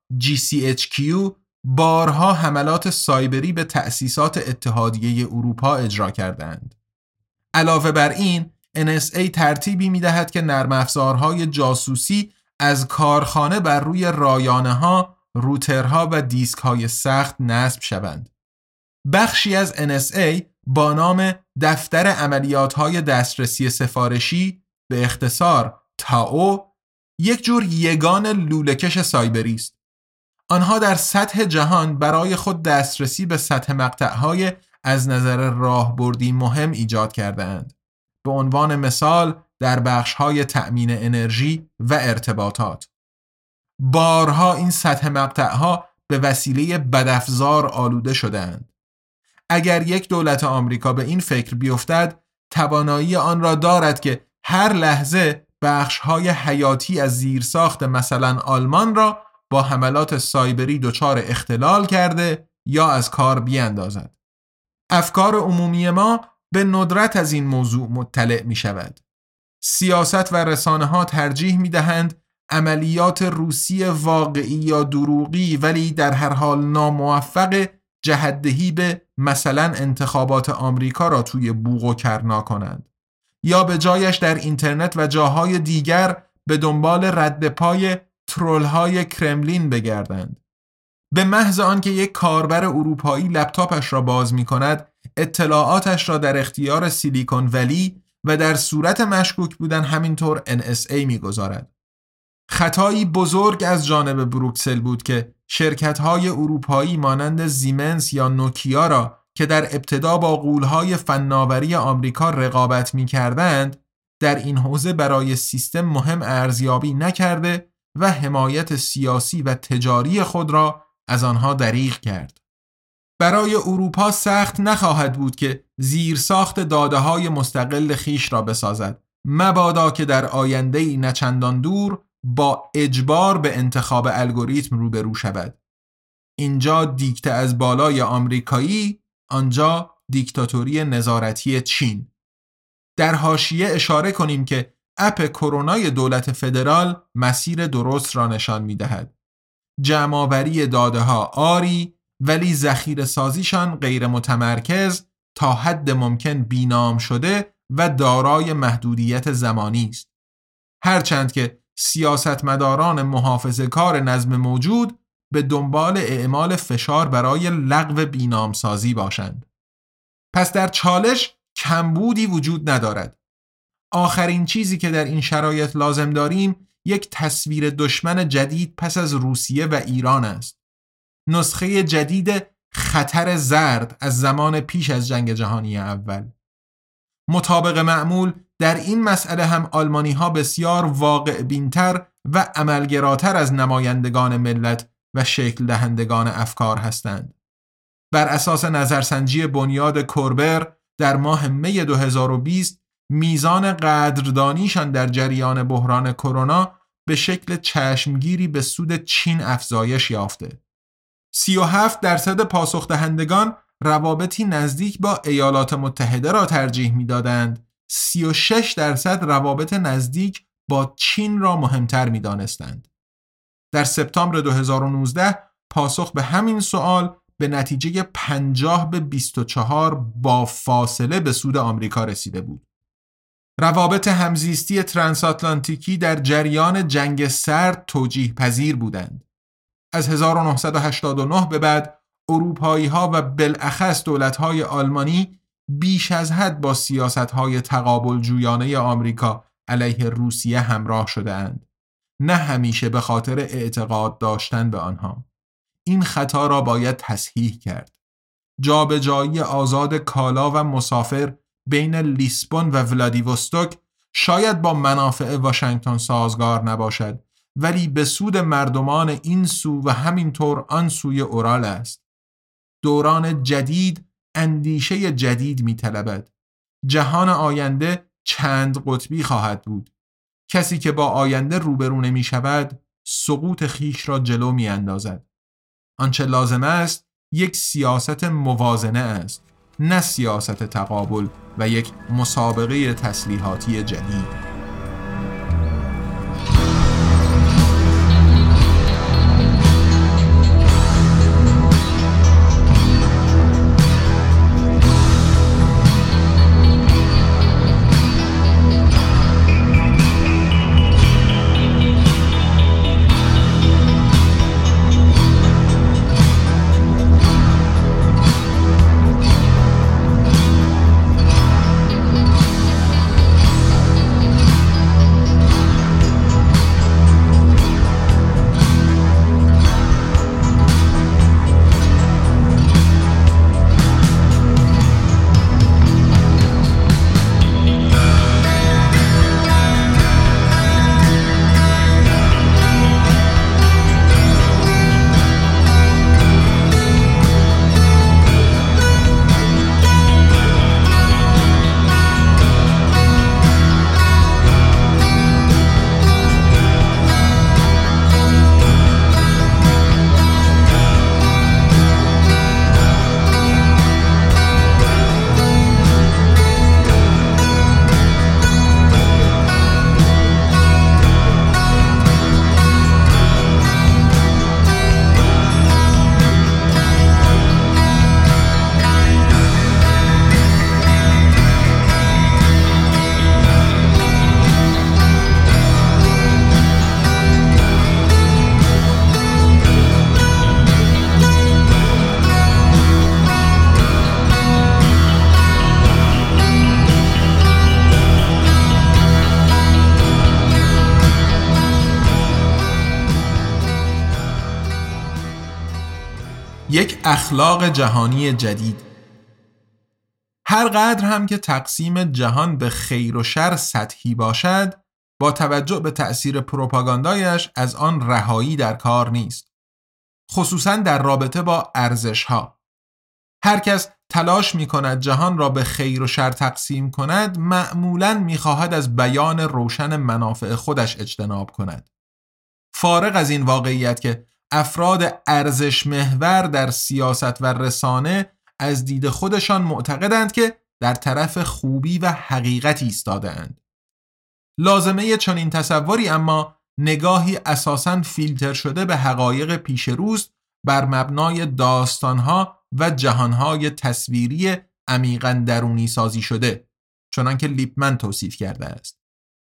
GCHQ بارها حملات سایبری به تأسیسات اتحادیه اروپا اجرا کردند. علاوه بر این، NSA ترتیبی می‌دهد که نرم افزارهای جاسوسی از کارخانه بر روی رایانه‌ها، روترها و دیسک‌های سخت نصب شوند. بخشی از NSA با نام دفتر عملیات‌های دسترسی سفارشی، به اختصار تاو، یک جور یگان لوله‌کش سایبری است. آنها در سطح جهان برای خود دسترسی به سطح مقطع‌های از نظر راهبردی مهم ایجاد کرده‌اند. به عنوان مثال در بخش‌های تأمین انرژی و ارتباطات. بارها این سطح مقطع‌ها به وسیله بدافزار آلوده شده‌اند. اگر یک دولت آمریکا به این فکر بیفتد، توانایی آن را دارد که هر لحظه بخش‌های حیاتی از زیرساخت مثلا آلمان را با حملات سایبری دچار اختلال کرده یا از کار بیاندازد. افکار عمومی ما به ندرت از این موضوع مطلع می شود. سیاست و رسانه ها ترجیح می دهند عملیات روسی واقعی یا دروغی ولی در هر حال ناموفق جهت‌دهی به مثلا انتخابات آمریکا را توی بوق و کرنا کنند یا به جایش در اینترنت و جاهای دیگر به دنبال رد پای ترول‌های کرملین بگردند. به محض آنکه یک کاربر اروپایی لپتاپش را باز می‌کند، اطلاعاتش را در اختیار سیلیکون ولی و در صورت مشکوک بودن همینطور NSA می‌گذارد. خطایی بزرگ از جانب بروکسل بود که شرکت‌های اروپایی مانند زیمنس یا نوکیا را که در ابتدا با غول‌های فناوری آمریکا رقابت می‌کردند، در این حوزه برای سیستم مهم ارزیابی نکرده و حمایت سیاسی و تجاری خود را از آنها دریغ کرد. برای اروپا سخت نخواهد بود که زیرساخت داده‌های مستقل خیش را بسازد، مبادا که در آینده‌ای نچندان دور با اجبار به انتخاب الگوریتم روبرو شود. اینجا دیکته از بالای آمریکایی، آنجا دیکتاتوری نظارتی چین. در حاشیه اشاره کنیم که اپ کرونای دولت فدرال مسیر درست را نشان می‌دهد. جمع‌آوری داده‌ها آری، ولی ذخیره سازیشان غیر متمرکز، تا حد ممکن بینام شده و دارای محدودیت زمانی است. هرچند که سیاستمداران محافظه‌کار نظم موجود به دنبال اعمال فشار برای لغو بینامسازی باشند. پس در چالش کمبودی وجود ندارد. آخرین چیزی که در این شرایط لازم داریم یک تصویر دشمن جدید پس از روسیه و ایران است. نسخه جدید خطر زرد از زمان پیش از جنگ جهانی اول. مطابق معمول در این مسئله هم آلمانی ها بسیار واقع بینتر و عملگراتر از نمایندگان ملت و شکل دهندگان افکار هستند. بر اساس نظرسنجی بنیاد کوربر در ماه می 2020 میزان قدردانیشان در جریان بحران کرونا به شکل چشمگیری به سود چین افزایش یافته. 37% پاسخ دهندگان روابطی نزدیک با ایالات متحده را ترجیح می‌دادند. 36% روابط نزدیک با چین را مهمتر می‌دانستند. در سپتامبر 2019 پاسخ به همین سوال به نتیجه 50-24 با فاصله به سود آمریکا رسیده بود. روابط همزیستی ترانساتلانتیکی در جریان جنگ سرد توجیه پذیر بودند. از 1989 به بعد اروپایی‌ها و بالاخص دولت‌های آلمانی بیش از حد با سیاست‌های تقابل جویانه آمریکا علیه روسیه همراه شده‌اند. نه همیشه به خاطر اعتقاد داشتن به آنها. این خطا را باید تصحیح کرد. جابجایی آزاد کالا و مسافر بین لیسبون و ولادیوستوک شاید با منافع واشنگتن سازگار نباشد، ولی به سود مردمان این سو و همینطور آن سوی اورال است. دوران جدید اندیشه جدید می‌طلبد. جهان آینده چند قطبی خواهد بود. کسی که با آینده روبرو نمی‌شود سقوط خیش را جلو می‌اندازد. آنچه لازم است یک سیاست موازنه است، نه سیاست تقابل و یک مسابقه تسلیحاتی جدید. یک اخلاق جهانی جدید. هر قدر هم که تقسیم جهان به خیر و شر سطحی باشد، با توجه به تأثیر پروپاگاندایش از آن رهایی در کار نیست. خصوصاً در رابطه با ارزش‌ها. هر کس تلاش می‌کند جهان را به خیر و شر تقسیم کند، معمولاً می‌خواهد از بیان روشن منافع خودش اجتناب کند. فارغ از این واقعیت که افراد ارزش محور در سیاست و رسانه از دید خودشان معتقدند که در طرف خوبی و حقیقت ایستاده‌اند. لازمه چنین تصوری اما نگاهی اساساً فیلتر شده به حقایق پیش روست بر مبنای داستانها و جهانهای تصویری عمیقاً درونی سازی شده، چنانکه لیپمن توصیف کرده است.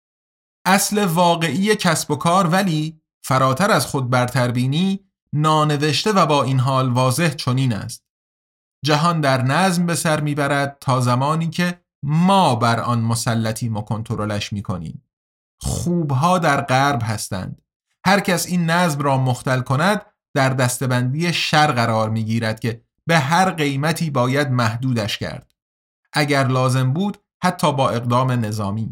اصل واقعی کسب و کار ولی فراتر از خود برتربینی نانوشته و با این حال واضح چنین است: جهان در نظم به سر میبرد تا زمانی که ما بر آن مسلطیم و کنترلش میکنیم. خوبها در غرب هستند. هر کس این نظم را مختل کند در دستبندی شر قرار میگیرد که به هر قیمتی باید محدودش کرد. اگر لازم بود حتی با اقدام نظامی.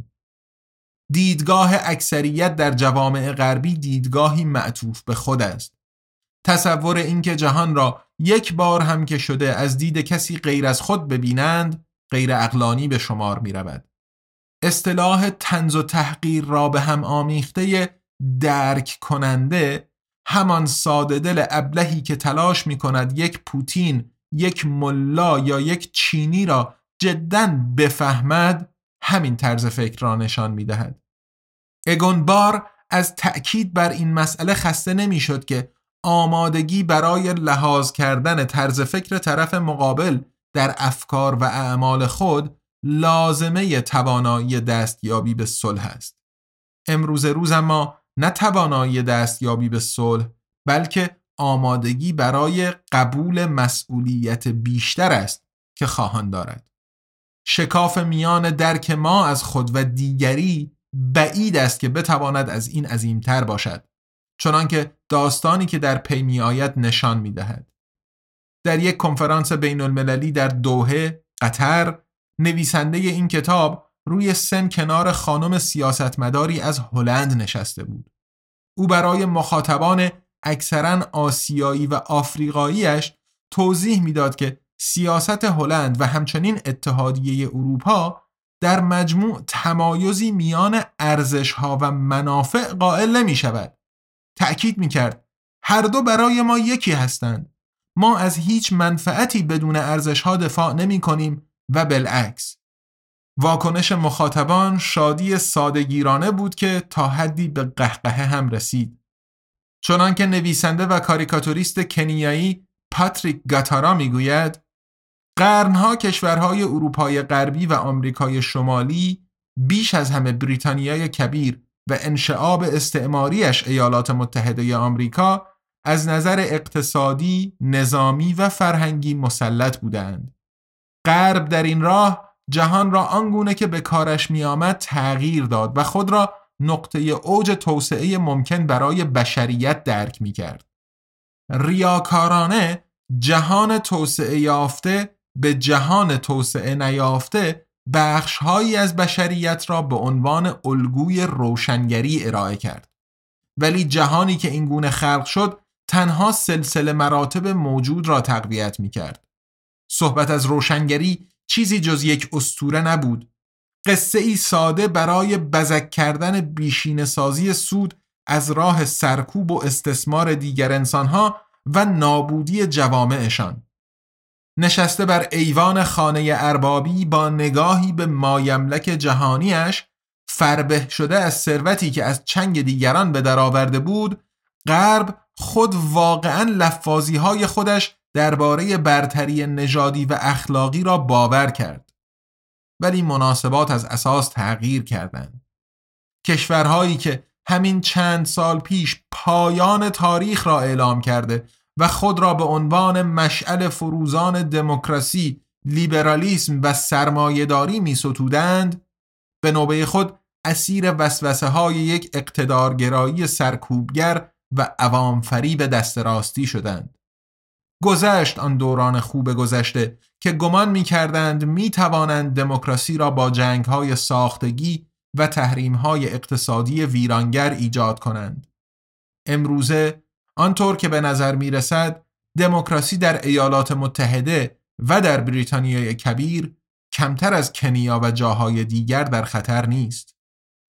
دیدگاه اکثریت در جوامع غربی دیدگاهی معطوف به خود است. تصور اینکه جهان را یک بار هم که شده از دید کسی غیر از خود ببینند غیر عقلانی به شمار می رود. اصطلاح طنز و تحقیر را به هم آمیخته درک کننده همان ساده دل ابلهی که تلاش می کند یک پوتین، یک ملا یا یک چینی را جداً بفهمد همین طرز فکر را نشان می دهد. اگون بار از تأکید بر این مسئله خسته نمی شد که آمادگی برای لحاظ کردن طرز فکر طرف مقابل در افکار و اعمال خود لازمه توانایی دستیابی به صلح است. امروز روز اما نه توانایی دستیابی به صلح بلکه آمادگی برای قبول مسئولیت بیشتر است که خواهان دارد. شکاف میان درک ما از خود و دیگری بعید است که بتواند از این عظیمتر باشد، چنانکه داستانی که در پی می آید نشان می دهد. در یک کنفرانس بین المللی در دوحه، قطر، نویسنده این کتاب روی سن کنار خانم سیاستمداری از هلند نشسته بود. او برای مخاطبان اکثرا آسیایی و آفریقاییش توضیح میداد که سیاست هلند و همچنین اتحادیه اروپا در مجموع تمایزی میان ارزش‌ها و منافع قائل نمی شود. تأکید می کرد هر دو برای ما یکی هستند. ما از هیچ منفعتی بدون ارزش‌ها دفاع نمی کنیم و بالعکس. واکنش مخاطبان شادی سادگیرانه بود که تا حدی به قهقهه هم رسید. چنانکه نویسنده و کاریکاتوریست کنیایی پاتریک گاتارا میگوید قرنها کشورهای اروپای غربی و آمریکای شمالی بیش از همه بریتانیای کبیر و انشعاب استعماریش ایالات متحده آمریکا از نظر اقتصادی، نظامی و فرهنگی مسلط بودند. غرب در این راه جهان را آنگونه که به کارش می آمد تغییر داد و خود را نقطه اوج توسعه ممکن برای بشریت درک می کرد. ریاکارانه جهان توسعه یافته به جهان توسعه نیافته بخش‌هایی از بشریت را به عنوان الگوی روشنگری ارائه کرد. ولی جهانی که این گونه خلق شد تنها سلسله مراتب موجود را تقویت می کرد. صحبت از روشنگری چیزی جز یک اسطوره نبود. قصه ای ساده برای بزک کردن بیشینه‌سازی سود از راه سرکوب و استثمار دیگر انسانها و نابودی جوامعشان. نشسته بر ایوان خانه اربابی با نگاهی به مایملک جهانیش فربه شده از ثروتی که از چنگ دیگران به در آورده بود، غرب خود واقعاً لفاظی‌های خودش درباره برتری نژادی و اخلاقی را باور کرد. ولی مناسبات از اساس تغییر کردند. کشورهایی که همین چند سال پیش پایان تاریخ را اعلام کرده و خود را به عنوان مشعل فروزان دموکراسی، لیبرالیسم و سرمایه‌داری می‌ستودند، به نوبه خود اسیر وسوسه‌های یک اقتدارگرایی سرکوبگر و عوام فریب دست راستی شدند. گذشت آن دوران خوب گذشته که گمان می‌کردند می‌توانند دموکراسی را با جنگ‌های ساختگی و تحریم‌های اقتصادی ویرانگر ایجاد کنند. امروزه آنطور که به نظر می‌رسد دموکراسی در ایالات متحده و در بریتانیای کبیر کمتر از کنیا و جاهای دیگر در خطر نیست.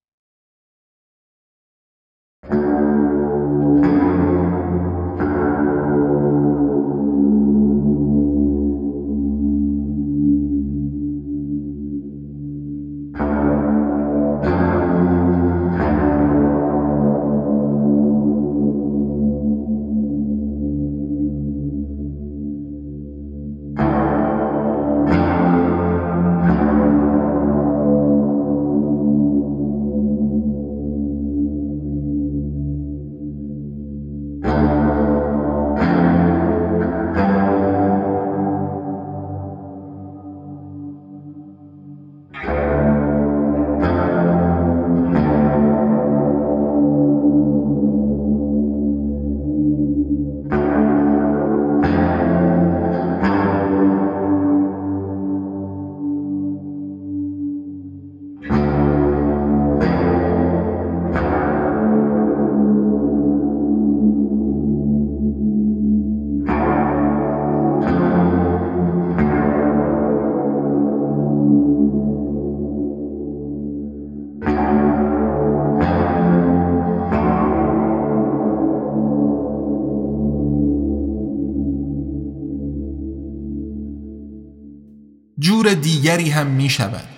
جور دیگری هم می شود.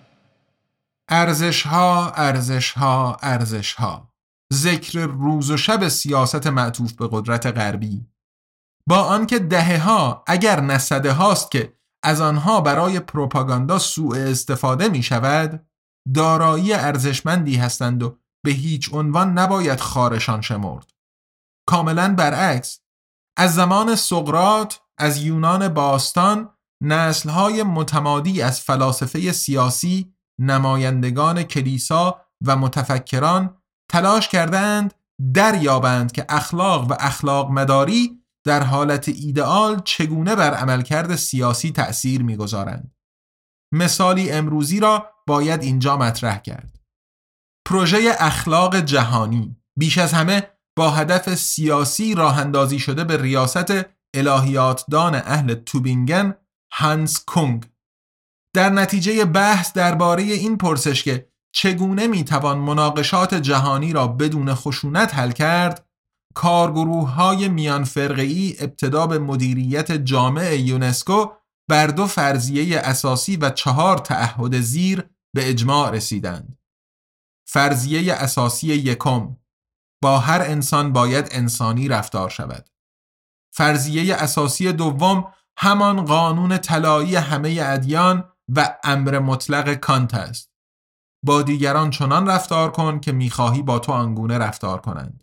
ارزش‌ها، ارزش‌ها، ارزش‌ها. ذکر روز و شب سیاست معطوف به قدرت غربی. با آنکه دهه‌ها اگر نه صده‌هاست که از آنها برای پروپاگاندا سوء استفاده می شود، دارایی ارزشمندی هستند و به هیچ عنوان نباید خارشان شمرد. کاملاً برعکس، از زمان سقراط، از یونان باستان، نسل‌های متمادی از فلاسفه سیاسی، نمایندگان کلیسا و متفکران تلاش کردند دریابند که اخلاق و اخلاق مداری در حالت ایدئال چگونه بر عملکرد سیاسی تأثیر می‌گذارند. مثالی امروزی را باید اینجا مطرح کرد. پروژه اخلاق جهانی بیش از همه با هدف سیاسی راه اندازی شده به ریاست الهیاتدان اهل توبینگن هانس کونگ. در نتیجه بحث درباره این پرسش که چگونه میتوان مناقشات جهانی را بدون خشونت حل کرد، کارگروه‌های میان فرقه‌ای ابتدا به مدیریت جامع یونسکو بر 2 فرضیه اساسی و 4 تعهد زیر به اجماع رسیدند. فرضیه اساسی یکم: با هر انسان باید انسانی رفتار شود. فرضیه اساسی دوم همان قانون طلایی همه ادیان و امر مطلق کانت است. با دیگران چنان رفتار کن که میخواهی با تو آنگونه رفتار کنند.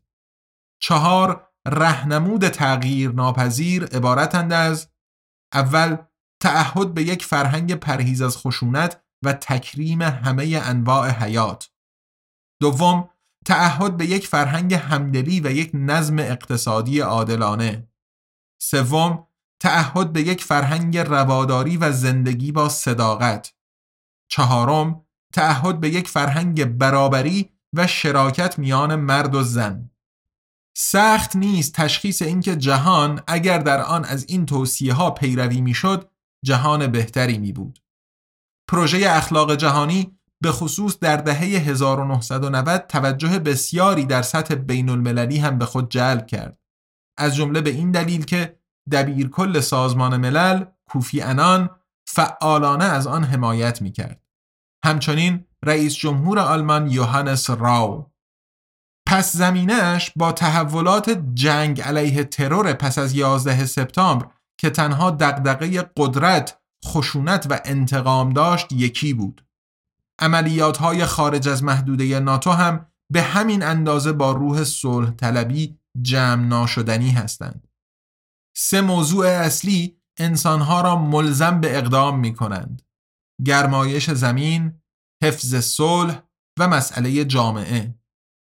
4 راهنمود تغییر ناپذیر عبارتند از: اول، تعهد به یک فرهنگ پرهیز از خشونت و تکریم همه انواع حیات. دوم، تعهد به یک فرهنگ همدلی و یک نظم اقتصادی عادلانه. سوم، تعهد به یک فرهنگ رواداری و زندگی با صداقت. چهارم، تعهد به یک فرهنگ برابری و شراکت میان مرد و زن. سخت نیست تشخیص اینکه جهان اگر در آن از این توصیه‌ها پیروی میشد جهان بهتری می بود. پروژه اخلاق جهانی به خصوص در دهه 1990 توجه بسیاری در سطح بین المللی هم به خود جلب کرد. از جمله به این دلیل که دبیرکل سازمان ملل کوفی عنان فعالانه از آن حمایت می کرد. همچنین رئیس جمهور آلمان یوهانس راو. پس زمینه‌اش با تحولات جنگ علیه ترور پس از 11 سپتامبر که تنها دغدغه قدرت، خشونت و انتقام داشت یکی بود. عملیات‌های خارج از محدوده ناتو هم به همین اندازه با روح صلح طلبی جمع ناشدنی هستند. 3 موضوع اصلی انسانها را ملزم به اقدام می کنند: گرمایش زمین، حفظ صلح و مسئله جامعه.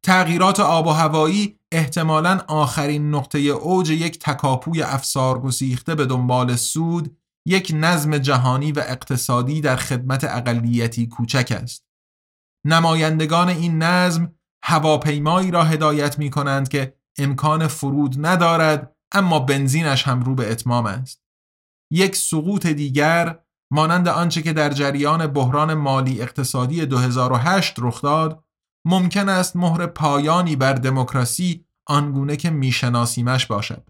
تغییرات آب و هوایی احتمالاً آخرین نقطه اوج یک تکاپوی افسار گسیخته به دنبال سود، یک نظم جهانی و اقتصادی در خدمت اقلیتی کوچک است. نمایندگان این نظم هواپیمایی را هدایت می کنند که امکان فرود ندارد اما بنزینش هم رو به اتمام است. یک سقوط دیگر مانند آنچه که در جریان بحران مالی اقتصادی 2008 رخ داد ممکن است مهر پایانی بر دموکراسی آنگونه که میشناسیمش باشد.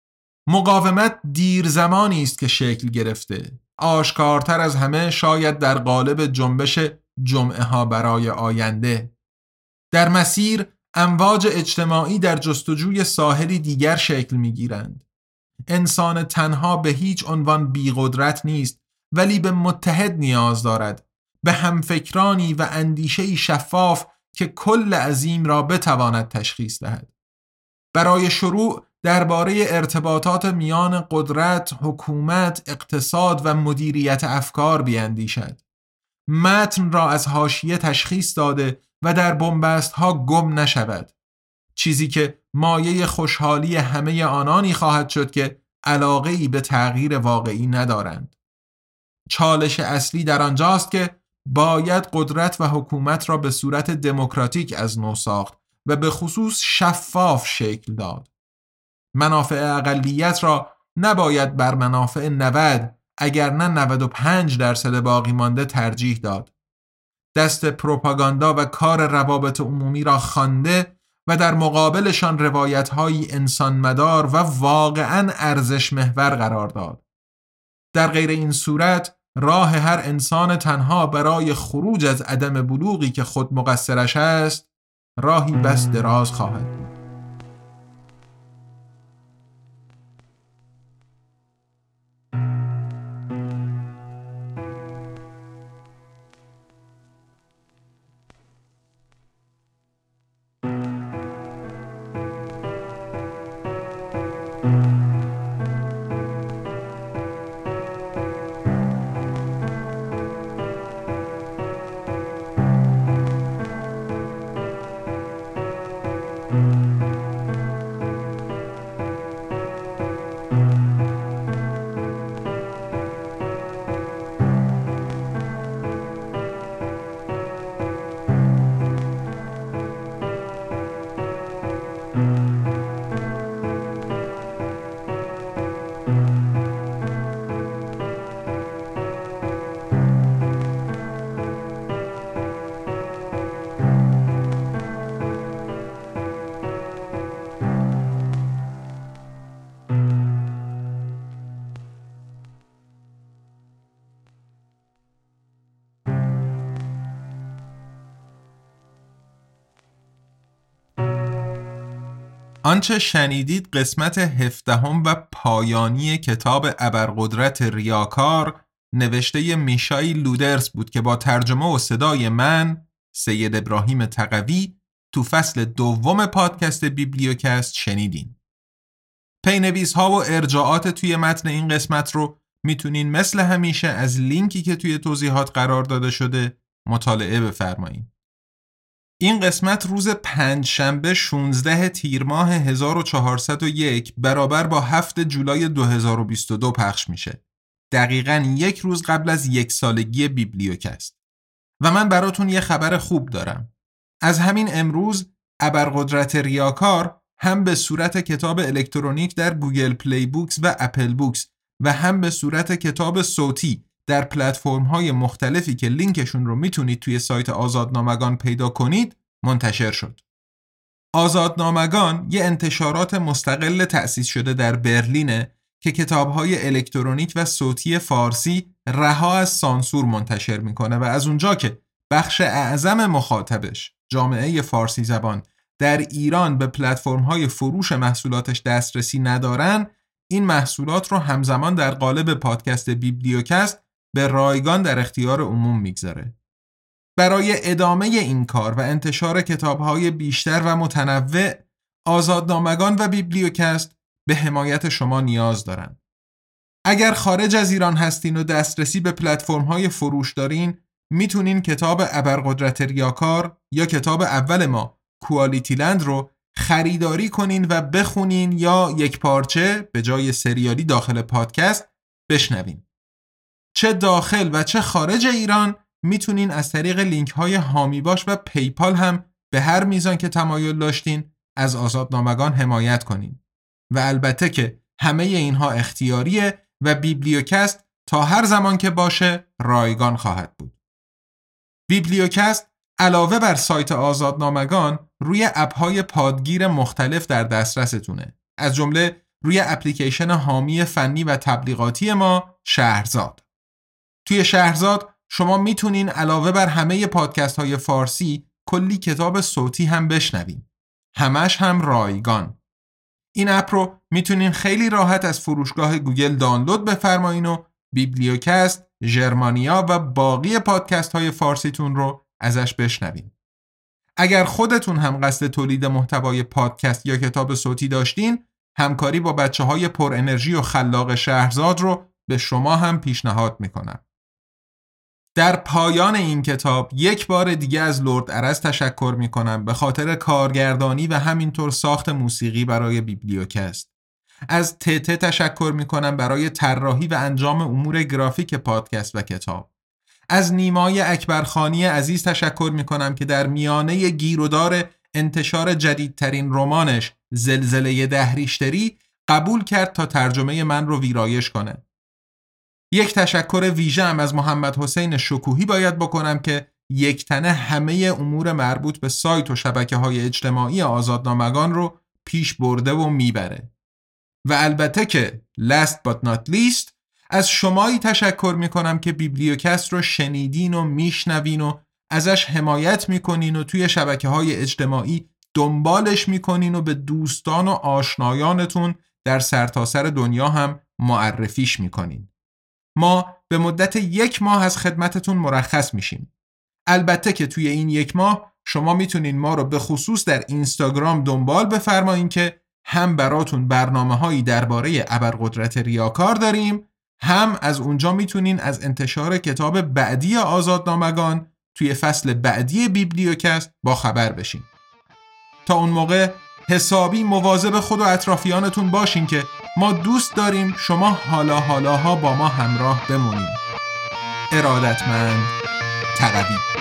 مقاومت دیر زمانی است که شکل گرفته، آشکارتر از همه شاید در قالب جنبش جمعه ها برای آینده. در مسیر امواج اجتماعی در جستجوی ساحلی دیگر شکل می گیرند. انسان تنها به هیچ عنوان بی‌قدرت نیست ولی به متحد نیاز دارد، به همفکرانی و اندیشه‌ای شفاف که کل عظیم را بتواند تشخیص دهد. برای شروع درباره ارتباطات میان قدرت، حکومت، اقتصاد و مدیریت افکار بیاندیشد. متن را از حاشیه تشخیص داده و در بنبست‌ها گم نشود. چیزی که مایه خوشحالی همه آنانی خواهد شد که علاقه‌ای به تغییر واقعی ندارند. چالش اصلی در آنجاست که باید قدرت و حکومت را به صورت دموکراتیک از نو ساخت و به خصوص شفاف شکل داد. منافع اقلیت را نباید بر منافع 90 اگر نه 95% باقی مانده ترجیح داد. دست پروپاگاندا و کار روابط عمومی را خوانده و در مقابلشان روایت‌های انسان مدار و واقعاً ارزش محور قرار داد. در غیر این صورت راه هر انسان تنها برای خروج از عدم بلوغی که خود مقصرش است راهی بس دراز خواهد بود. آنچه شنیدید قسمت 17 و پایانی کتاب ابرقدرت ریاکار نوشته میشایل لودرز بود که با ترجمه و صدای من سید ابراهیم تقوی تو فصل دوم پادکست بیبلیوکست شنیدین. پینویس ها و ارجاعات توی متن این قسمت رو میتونین مثل همیشه از لینکی که توی توضیحات قرار داده شده مطالعه بفرمایید. این قسمت روز پنجشنبه 16 تیر ماه 1401 برابر با 7 جولای 2022 پخش میشه. دقیقاً یک روز قبل از 1 سالگی بیبلیوکست. و من براتون یه خبر خوب دارم. از همین امروز ابرقدرت ریاکار هم به صورت کتاب الکترونیک در گوگل پلی بوکس و اپل بوکس و هم به صورت کتاب صوتی در پلتفرم‌های مختلفی که لینکشون رو میتونید توی سایت آزادنامگان پیدا کنید منتشر شد. آزادنامگان یه انتشارات مستقل تأسیس شده در برلینه که کتاب‌های الکترونیک و صوتی فارسی رها از سانسور منتشر میکنه و از اونجا که بخش اعظم مخاطبش جامعه فارسی زبان در ایران به پلتفرم‌های فروش محصولاتش دسترسی ندارن، این محصولات رو همزمان در قالب پادکست بیبلیوکست به رایگان در اختیار عموم میگذاره. برای ادامه این کار و انتشار کتاب‌های بیشتر و متنوع، آزادنامگان و بیبلیوکست به حمایت شما نیاز دارن. اگر خارج از ایران هستین و دسترسی به پلتفرم‌های فروش دارین، میتونین کتاب ابرقدرت ریاکار یا کتاب اول ما کوالیتی لند رو خریداری کنین و بخونین یا یک پارچه به جای سریالی داخل پادکست بشنوین. چه داخل و چه خارج ایران میتونین از طریق لینک های هامی باش و پیپال هم به هر میزان که تمایل داشتین از آزادنامگان حمایت کنین. و البته که همه اینها اختیاریه و بیبلیوکست تا هر زمان که باشه رایگان خواهد بود. بیبلیوکست علاوه بر سایت آزادنامگان روی اپ‌های پادگیر مختلف در دسترستونه. از جمله روی اپلیکیشن حامی فنی و تبلیغاتی ما شهرزاد. توی شهرزاد شما میتونین علاوه بر همه پادکست های فارسی کلی کتاب صوتی هم بشنوین. همش هم رایگان. این اپ رو میتونین خیلی راحت از فروشگاه گوگل دانلود بفرمایین و بیبلیوکست، ژرمانیا و باقی پادکست های فارسیتون رو ازش بشنوین. اگر خودتون هم قصد تولید محتوای پادکست یا کتاب صوتی داشتین، همکاری با بچه‌های پر انرژی و خلاق شهرزاد رو به شما هم پیشنهاد میکنم. در پایان این کتاب یک بار دیگه از لرد ارز تشکر میکنم به خاطر کارگردانی و همینطور ساخت موسیقی برای بیبلیوکست. از تته تشکر میکنم برای طراحی و انجام امور گرافیک پادکست و کتاب. از نیمای اکبرخانی عزیز تشکر میکنم که در میانه گیرودار انتشار جدیدترین رمانش زلزله دهریشتری قبول کرد تا ترجمه من رو ویرایش کنه. یک تشکر ویژه هم از محمد حسین شکوهی باید بکنم که یک تنه همه امور مربوط به سایت و شبکه‌های اجتماعی آزادنامگان رو پیش برده و میبره. و البته که last but not least از شمایی تشکر میکنم که بیبلیوکست رو شنیدین و میشنوین و ازش حمایت میکنین و توی شبکه‌های اجتماعی دنبالش میکنین و به دوستان و آشنایانتون در سرتاسر دنیا هم معرفیش میکنین. ما به مدت 1 ماه از خدمتتون مرخص میشیم. البته که توی این 1 ماه شما میتونین ما رو به خصوص در اینستاگرام دنبال بفرمایین که هم براتون برنامه‌هایی درباره ابرقدرت ریاکار داریم، هم از اونجا میتونین از انتشار کتاب بعدی آزادنامگان توی فصل بعدی بیبلیوکست با خبر بشین. تا اون موقع حسابی مواظب خود و اطرافیانتون باشین که ما دوست داریم شما حالاها با ما همراه بمونین. ارادتمند تقوی.